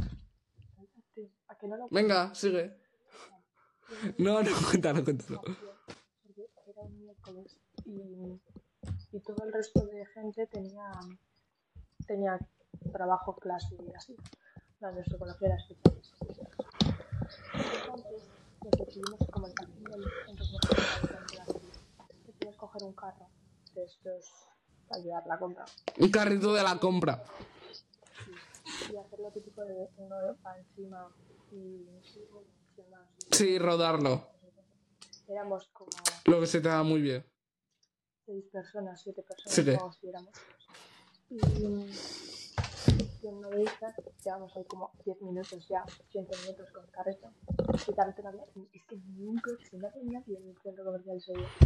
¿A que no lo Venga, sigue. No, cuéntalo. Porque era un miércoles y todo el resto de gente tenía trabajo, clase y así. Nuestro colegio era especialista. Entonces, nos decidimos como el parking del centro comercial, decidimos coger un carro de estos para llevar la compra. Un carrito de la compra. Sí, y hacer lo típico de uno para encima y más. Sí, rodarlo. Éramos como... Lo que se te da muy bien. 7 personas, Sigue. como si éramos. Y en una de esas llevamos ahí como 10 minutos ya, 15 minutos con el carrito. Y carrito no había, es que nunca se me hace nadie en el centro comercial ese día.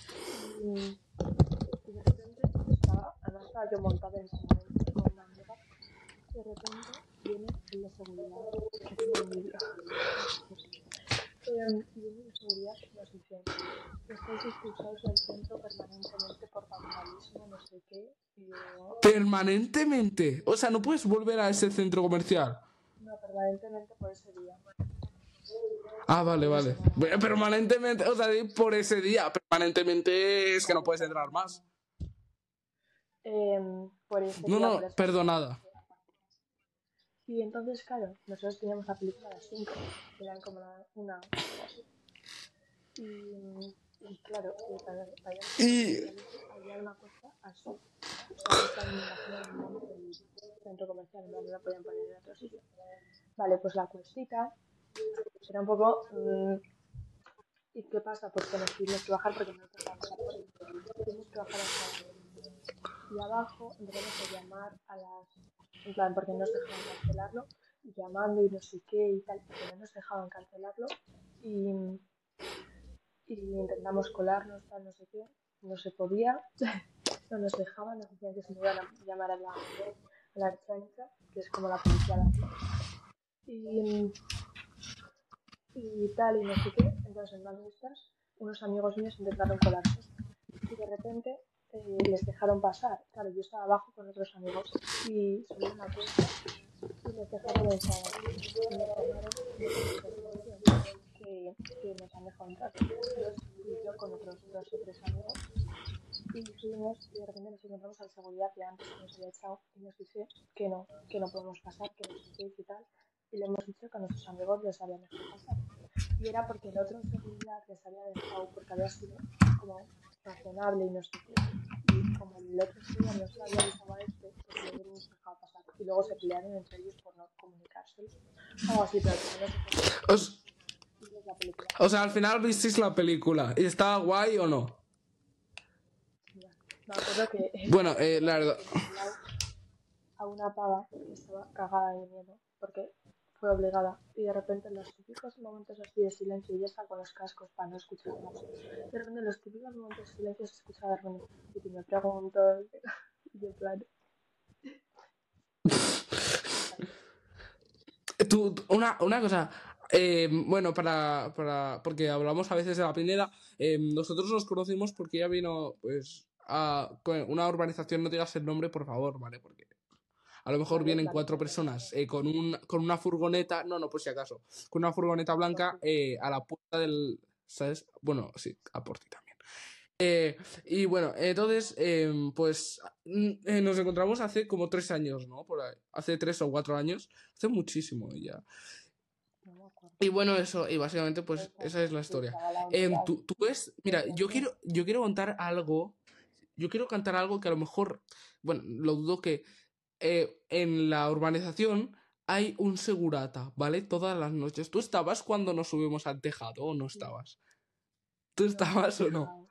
Y de repente además estaba yo montada en ese momento con una amiga. Y de repente viene el de seguridad, que tengo un vídeo. Viene de seguridad y nos dice: estáis expulsados del centro permanentemente por vandalismo, no sé qué. Y yo... ¿Permanentemente? O sea, ¿no puedes volver a ese centro comercial? No, permanentemente por ese día. Ah, vale. Permanentemente, o sea, por ese día, permanentemente es que no puedes entrar más. Por ese No, día, por esa perdonada. Y entonces, claro, nosotros teníamos la película a las 5, que eran como una o así. Y claro, había una cosa así. O sea, que estaba en la zona del centro comercial, no la podían poner en otro sitio. Vale, pues la cuestita era un poco... ¿y qué pasa? Pues que nos tuvimos que bajar porque no nos dejaban pasar por ahí. Tuvimos que bajar hasta abajo. Y abajo empezamos a llamar a las... En plan, porque no nos dejaban cancelarlo, llamando y no sé qué y tal, porque no nos dejaban cancelarlo. Y intentamos colarnos, tal, no sé qué. No se podía, no nos dejaban, nos decían que se me iban a llamar a la electrónica, que es como la policía de aquí. Y tal, y no sé qué. Entonces, en una de estas, unos amigos míos intentaron colarse. Y de repente les dejaron pasar. Claro, yo estaba abajo con otros amigos y subieron la puerta y les dejaron entrar. Y me llamaron que nos han dejado entrar. Entonces fui yo con otros 2 o 3 amigos y fuimos y de repente nos encontramos a la seguridad que antes nos había echado y nos dice que no podemos pasar, que no sé qué y tal. Y le hemos dicho que a nuestros amigos les habían dejado pasar. Y era porque el otro seguridad les había dejado porque había sido como razonable y no sé qué. Y como el otro seguridad no se lo había avisado a este, pues le hubieran dejado pasar. Y luego se pelearon entre ellos por no comunicárselo. Algo así, pero al final no se O sea, al final visteis la película. ¿Y estaba guay o no? Me acuerdo que... Bueno, la verdad... a una pava que estaba cagada de miedo porque fue obligada y de repente en los típicos momentos así de silencio, y está con los cascos para no escucharnos, de repente en los típicos momentos de silencio se escucha de repente y me pregunto y en plan Una cosa, bueno, porque hablamos a veces de la Pineda, nosotros nos conocimos porque ella vino, pues, a una urbanización, no digas el nombre, por favor, ¿vale? Porque a lo mejor vienen 4 personas con una furgoneta, no, por si acaso, con una furgoneta blanca a la puerta del, ¿sabes? Bueno, sí, a por ti también. Y bueno, entonces, pues nos encontramos hace como 3 años, ¿no? Por ahí. Hace 3 o 4 años. Hace muchísimo ya. Y bueno, eso, y básicamente, pues, esa es la historia. Tú ves, mira, yo quiero contar algo. Yo quiero cantar algo que a lo mejor, bueno, lo dudo que en la urbanización hay un segurata, ¿vale? Todas las noches. ¿Tú estabas cuando nos subimos al tejado o no estabas? ¿Tú estabas o no?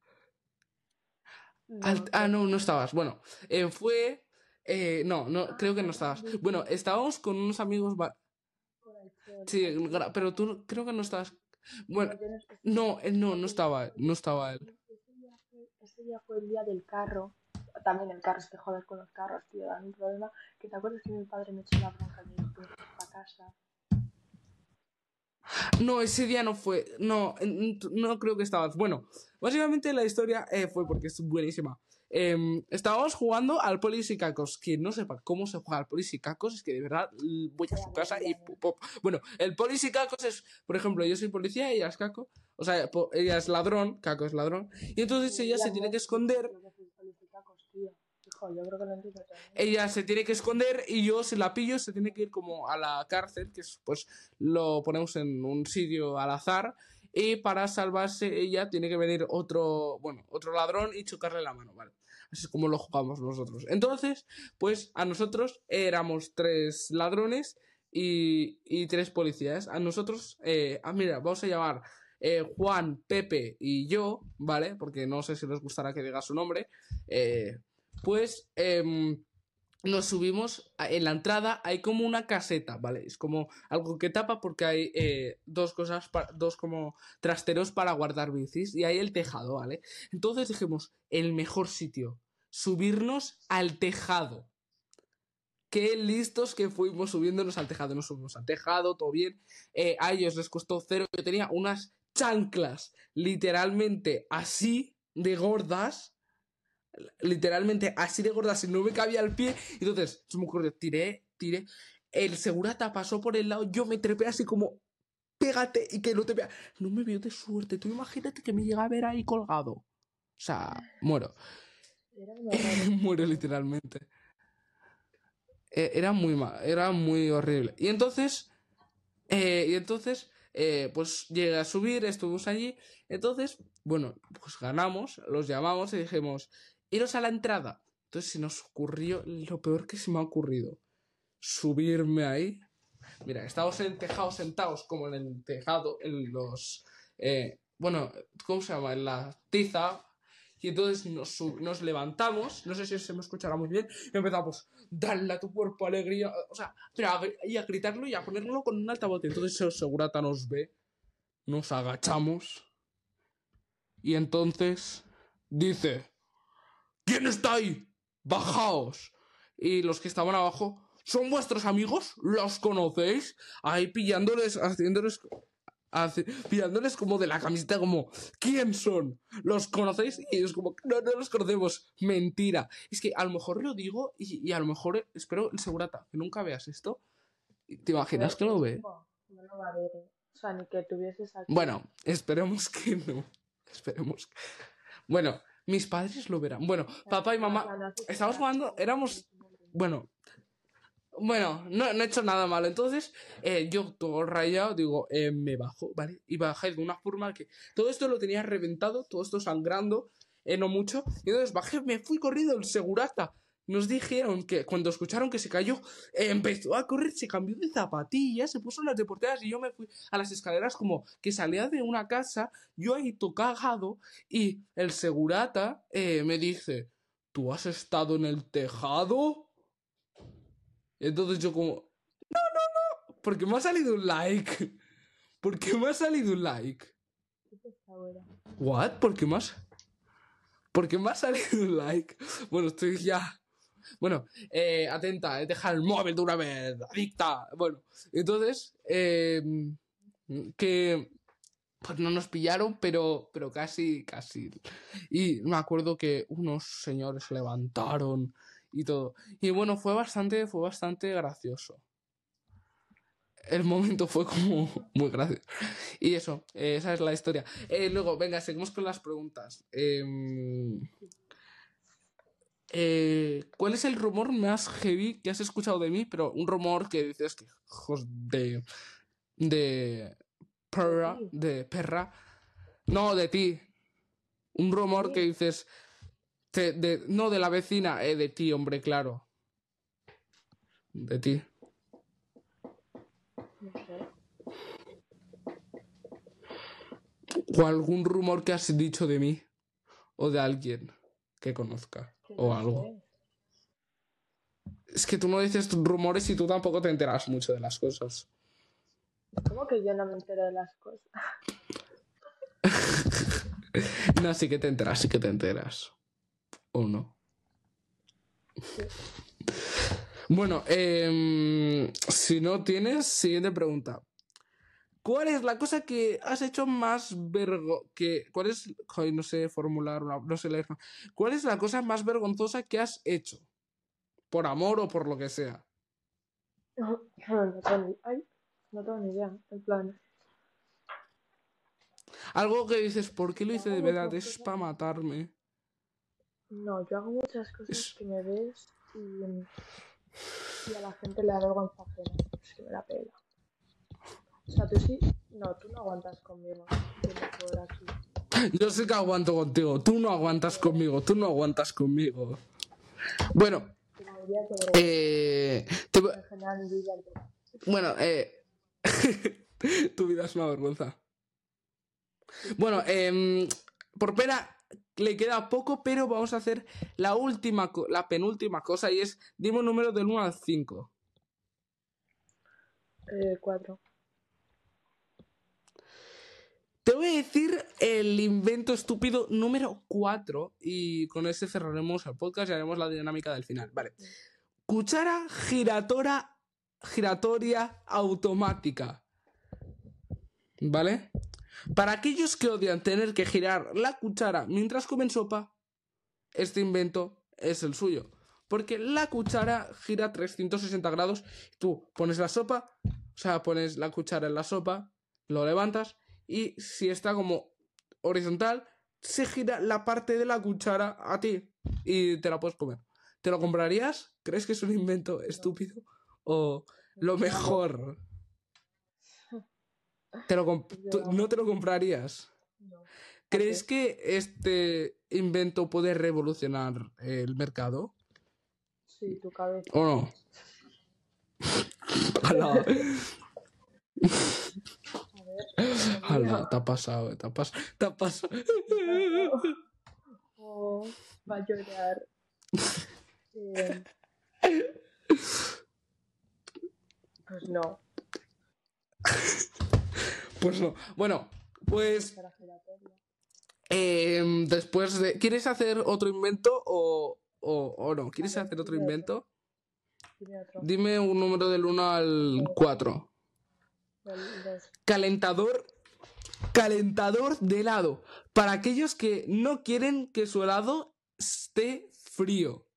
No estabas. Bueno, fue... no, creo que no estabas. Bueno, estábamos con unos amigos... Sí, pero tú creo que no estabas... Bueno, no estaba él. Ese día fue el día del carro. También el carro, es que joder con los carros, tío, dan un problema. Que te acuerdas que mi padre me echó la bronca y me dijo para casa. No, ese día no fue. No creo que estabas. Bueno, básicamente la historia fue porque es buenísima. Estábamos jugando al Polis y Cacos. Quien no sepa cómo se juega al Polis y Cacos es que de verdad voy a su casa y... Bueno, el Polis y Cacos es, por ejemplo, yo soy policía y ella es Caco. O sea, ella es ladrón, Caco es ladrón. Y entonces ella se tiene que esconder. Yo creo que lo entiendo ella se tiene que esconder y yo, si la pillo, se tiene que ir como a la cárcel, que es, pues lo ponemos en un sitio al azar, y para salvarse ella tiene que venir otro ladrón y chocarle la mano, ¿vale? Así es como lo jugamos nosotros. Entonces, pues a nosotros éramos 3 ladrones y 3 policías. A nosotros, mira, vamos a llamar Juan, Pepe y yo, ¿vale? Porque no sé si les gustará que diga su nombre. Pues nos subimos, en la entrada hay como una caseta, ¿vale? Es como algo que tapa porque hay 2 cosas, 2 como trasteros para guardar bicis y hay el tejado, ¿vale? Entonces dijimos, el mejor sitio, subirnos al tejado. Qué listos que fuimos subiéndonos al tejado. Nos subimos al tejado, todo bien. A ellos les costó 0. Yo tenía unas chanclas literalmente así de gordas. Literalmente así de gordas y no me cabía el pie. Entonces se me ocurrió, tiré el segurata pasó por el lado, yo me trepé así como, pégate y que no te vea. No me veo de suerte, tú imagínate que me llega a ver ahí colgado. O sea, muero. Era un horror. Muero literalmente. Era muy mal, era muy horrible. Y entonces, pues llegué a subir, estuvimos allí. Entonces, bueno, pues ganamos, los llamamos y dijimos, iros a la entrada. Entonces se nos ocurrió lo peor que se me ha ocurrido. Subirme ahí. Mira, estábamos en el tejado sentados como en el tejado, en los... bueno, ¿cómo se llama? En la tiza. Y entonces nos levantamos, no sé si se me escuchará muy bien, y empezamos, dale a tu cuerpo alegría, o sea, pero y a gritarlo y a ponerlo con un altavoz. Entonces el segurata nos ve, nos agachamos, y entonces dice, ¿quién está ahí? Bajaos. Y los que estaban abajo, ¿son vuestros amigos? ¿Los conocéis? Ahí pillándoles, pillándoles como de la camiseta, como, ¿quién son? ¿Los conocéis? Y ellos como, no, no los conocemos. Mentira. Es que a lo mejor lo digo y a lo mejor, espero el segurata, que nunca veas esto. ¿Te imaginas que lo ve? No lo va a ver, ¿eh? O sea, ni que tuvieses aquí. Bueno, esperemos que no. Esperemos. Bueno, mis padres lo verán. Bueno, papá y mamá, estamos jugando, éramos... Bueno, no he hecho nada malo. Entonces, yo todo rayado, digo, me bajo, ¿vale? Y bajé de una forma que todo esto lo tenía reventado, todo esto sangrando, no mucho. Y entonces bajé, me fui corriendo el segurata. Nos dijeron que cuando escucharon que se cayó, empezó a correr, se cambió de zapatillas, se puso las deportivas y yo me fui a las escaleras como que salía de una casa, yo ahí todo cagado y el segurata me dice, ¿tú has estado en el tejado? Entonces yo como, ¿por qué me ha salido un like? ¿Por qué me ha salido un like? ¿What? ¿Por qué me ha salido un like? Bueno, estoy ya... Bueno, atenta, deja el móvil de una vez, adicta. Bueno, entonces, que pues no nos pillaron, pero casi. Y me acuerdo que unos señores se levantaron y todo. Y bueno, fue bastante gracioso. El momento fue como muy gracioso. Y eso, esa es la historia. Luego, venga, seguimos con las preguntas. ¿Cuál es el rumor más heavy que has escuchado de mí? Pero un rumor que dices que hijos de perra. No, de ti. Un rumor que dices no de la vecina, de ti, hombre, claro. De ti. No sé. O algún rumor que has dicho de mí o de alguien que conozca o algo. Es que tú no dices rumores y tú tampoco te enteras mucho de las cosas. ¿Cómo que yo no me entero de las cosas? No, sí que te enteras. ¿O no? Sí. Bueno, si no tienes, siguiente pregunta. ¿Cuál es la cosa que has hecho más ¿Cuál es... Ay, no sé formular, no sé leer. ¿Cuál es la cosa más vergonzosa que has hecho? Por amor o por lo que sea. No tengo ni idea. En plan. Algo que dices, ¿por qué lo hice de verdad? Es para matarme. No, yo hago muchas cosas que me ves y a la gente le da vergüenza ajena. Es que me la pela. O sea, tú sí... No, tú no aguantas conmigo. Por aquí. Yo sí que aguanto contigo. Tú no aguantas conmigo. Bueno. Bueno, tu vida es una vergüenza. Bueno, por pena le queda poco, pero vamos a hacer la penúltima cosa y es, dime un número del 1 al 5. 4. Te voy a decir el invento estúpido número 4 y con ese cerraremos el podcast y haremos la dinámica del final. Vale. Cuchara giratoria automática. ¿Vale? Para aquellos que odian tener que girar la cuchara mientras comen sopa, este invento es el suyo. porque la cuchara gira 360 grados. Tú pones la sopa, o sea, pones la cuchara en la sopa, lo levantas y si está como horizontal, se gira la parte de la cuchara a ti y te la puedes comer. ¿Te lo comprarías? ¿Crees que es un invento estúpido? ¿O lo mejor? ¿No te lo comprarías? No. ¿Crees que este invento puede revolucionar el mercado? Sí, tu cabeza. ¿O no? ¡Hala! A ver. ¡Hala! Te ha pasado, te ha pasado. Oh, va a llorar. Pues no. Pues no. Bueno, pues después de... ¿Quieres hacer otro invento o no? ¿Quieres hacer otro invento? Dime un número del 1 al 4. Calentador de helado. Para aquellos que no quieren que su helado esté frío.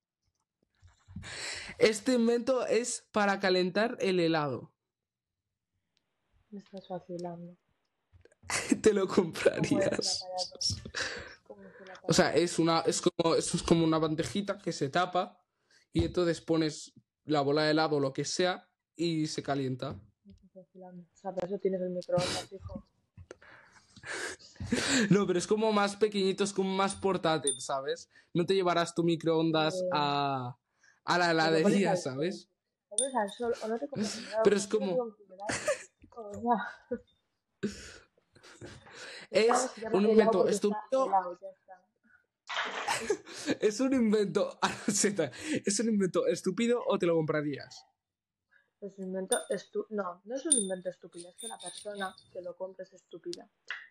Este invento es para calentar el helado. Me estás vacilando. ¿Te lo comprarías? O sea, es como una bandejita que se tapa y entonces pones la bola de helado o lo que sea y se calienta. O sea, para eso tienes el microondas, hijo. No, pero es como más pequeñito, es como más portátil, ¿sabes? No te llevarás tu microondas a la heladería, ¿sabes? Lo pones al sol o no te compras un helado. Pero es como... Es un invento estúpido. Es un invento... ¿Es un invento estúpido o te lo comprarías? Es un invento estúpido. No es un invento estúpido, es que la persona que lo compra es estúpida.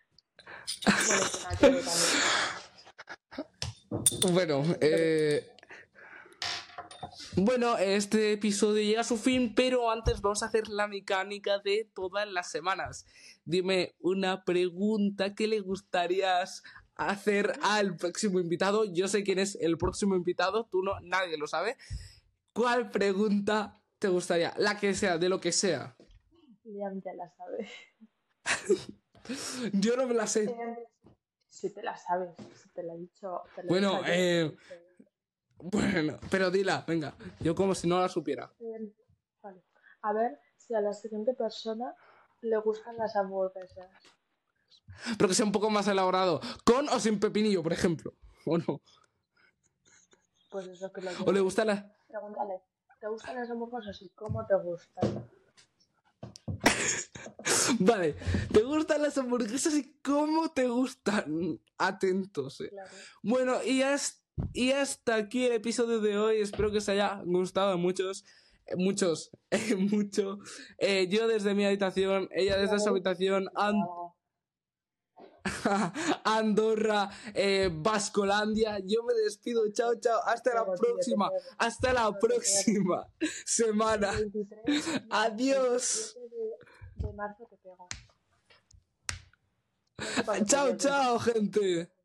Bueno, este episodio llega a su fin, pero antes vamos a hacer la mecánica de todas las semanas. Dime una pregunta que le gustaría hacer al próximo invitado. Yo sé quién es el próximo invitado, tú no, nadie lo sabe. ¿Cuál pregunta te gustaría? La que sea, de lo que sea. Liam ya la sabe. Yo no me la sé. Si te la sabes, si te la he dicho. Bueno, pero dila, venga. Yo como si no la supiera. Vale. A ver si a la siguiente persona le gustan las hamburguesas. Pero que sea un poco más elaborado. ¿Con o sin pepinillo, por ejemplo? ¿O no? Pues eso que lo ¿O le gusta la...? Pregúntale, ¿te gustan las hamburguesas y cómo te gustan? Vale, ¿te gustan las hamburguesas y cómo te gustan? Atentos, Claro. Bueno, y hasta aquí el episodio de hoy. Espero que os haya gustado a muchos. Mucho. Yo desde mi habitación, ella desde su habitación, Andorra, Bascolandia. Yo me despido, chao, hasta la próxima semana. Adiós. De marzo te pego. Chao, gente.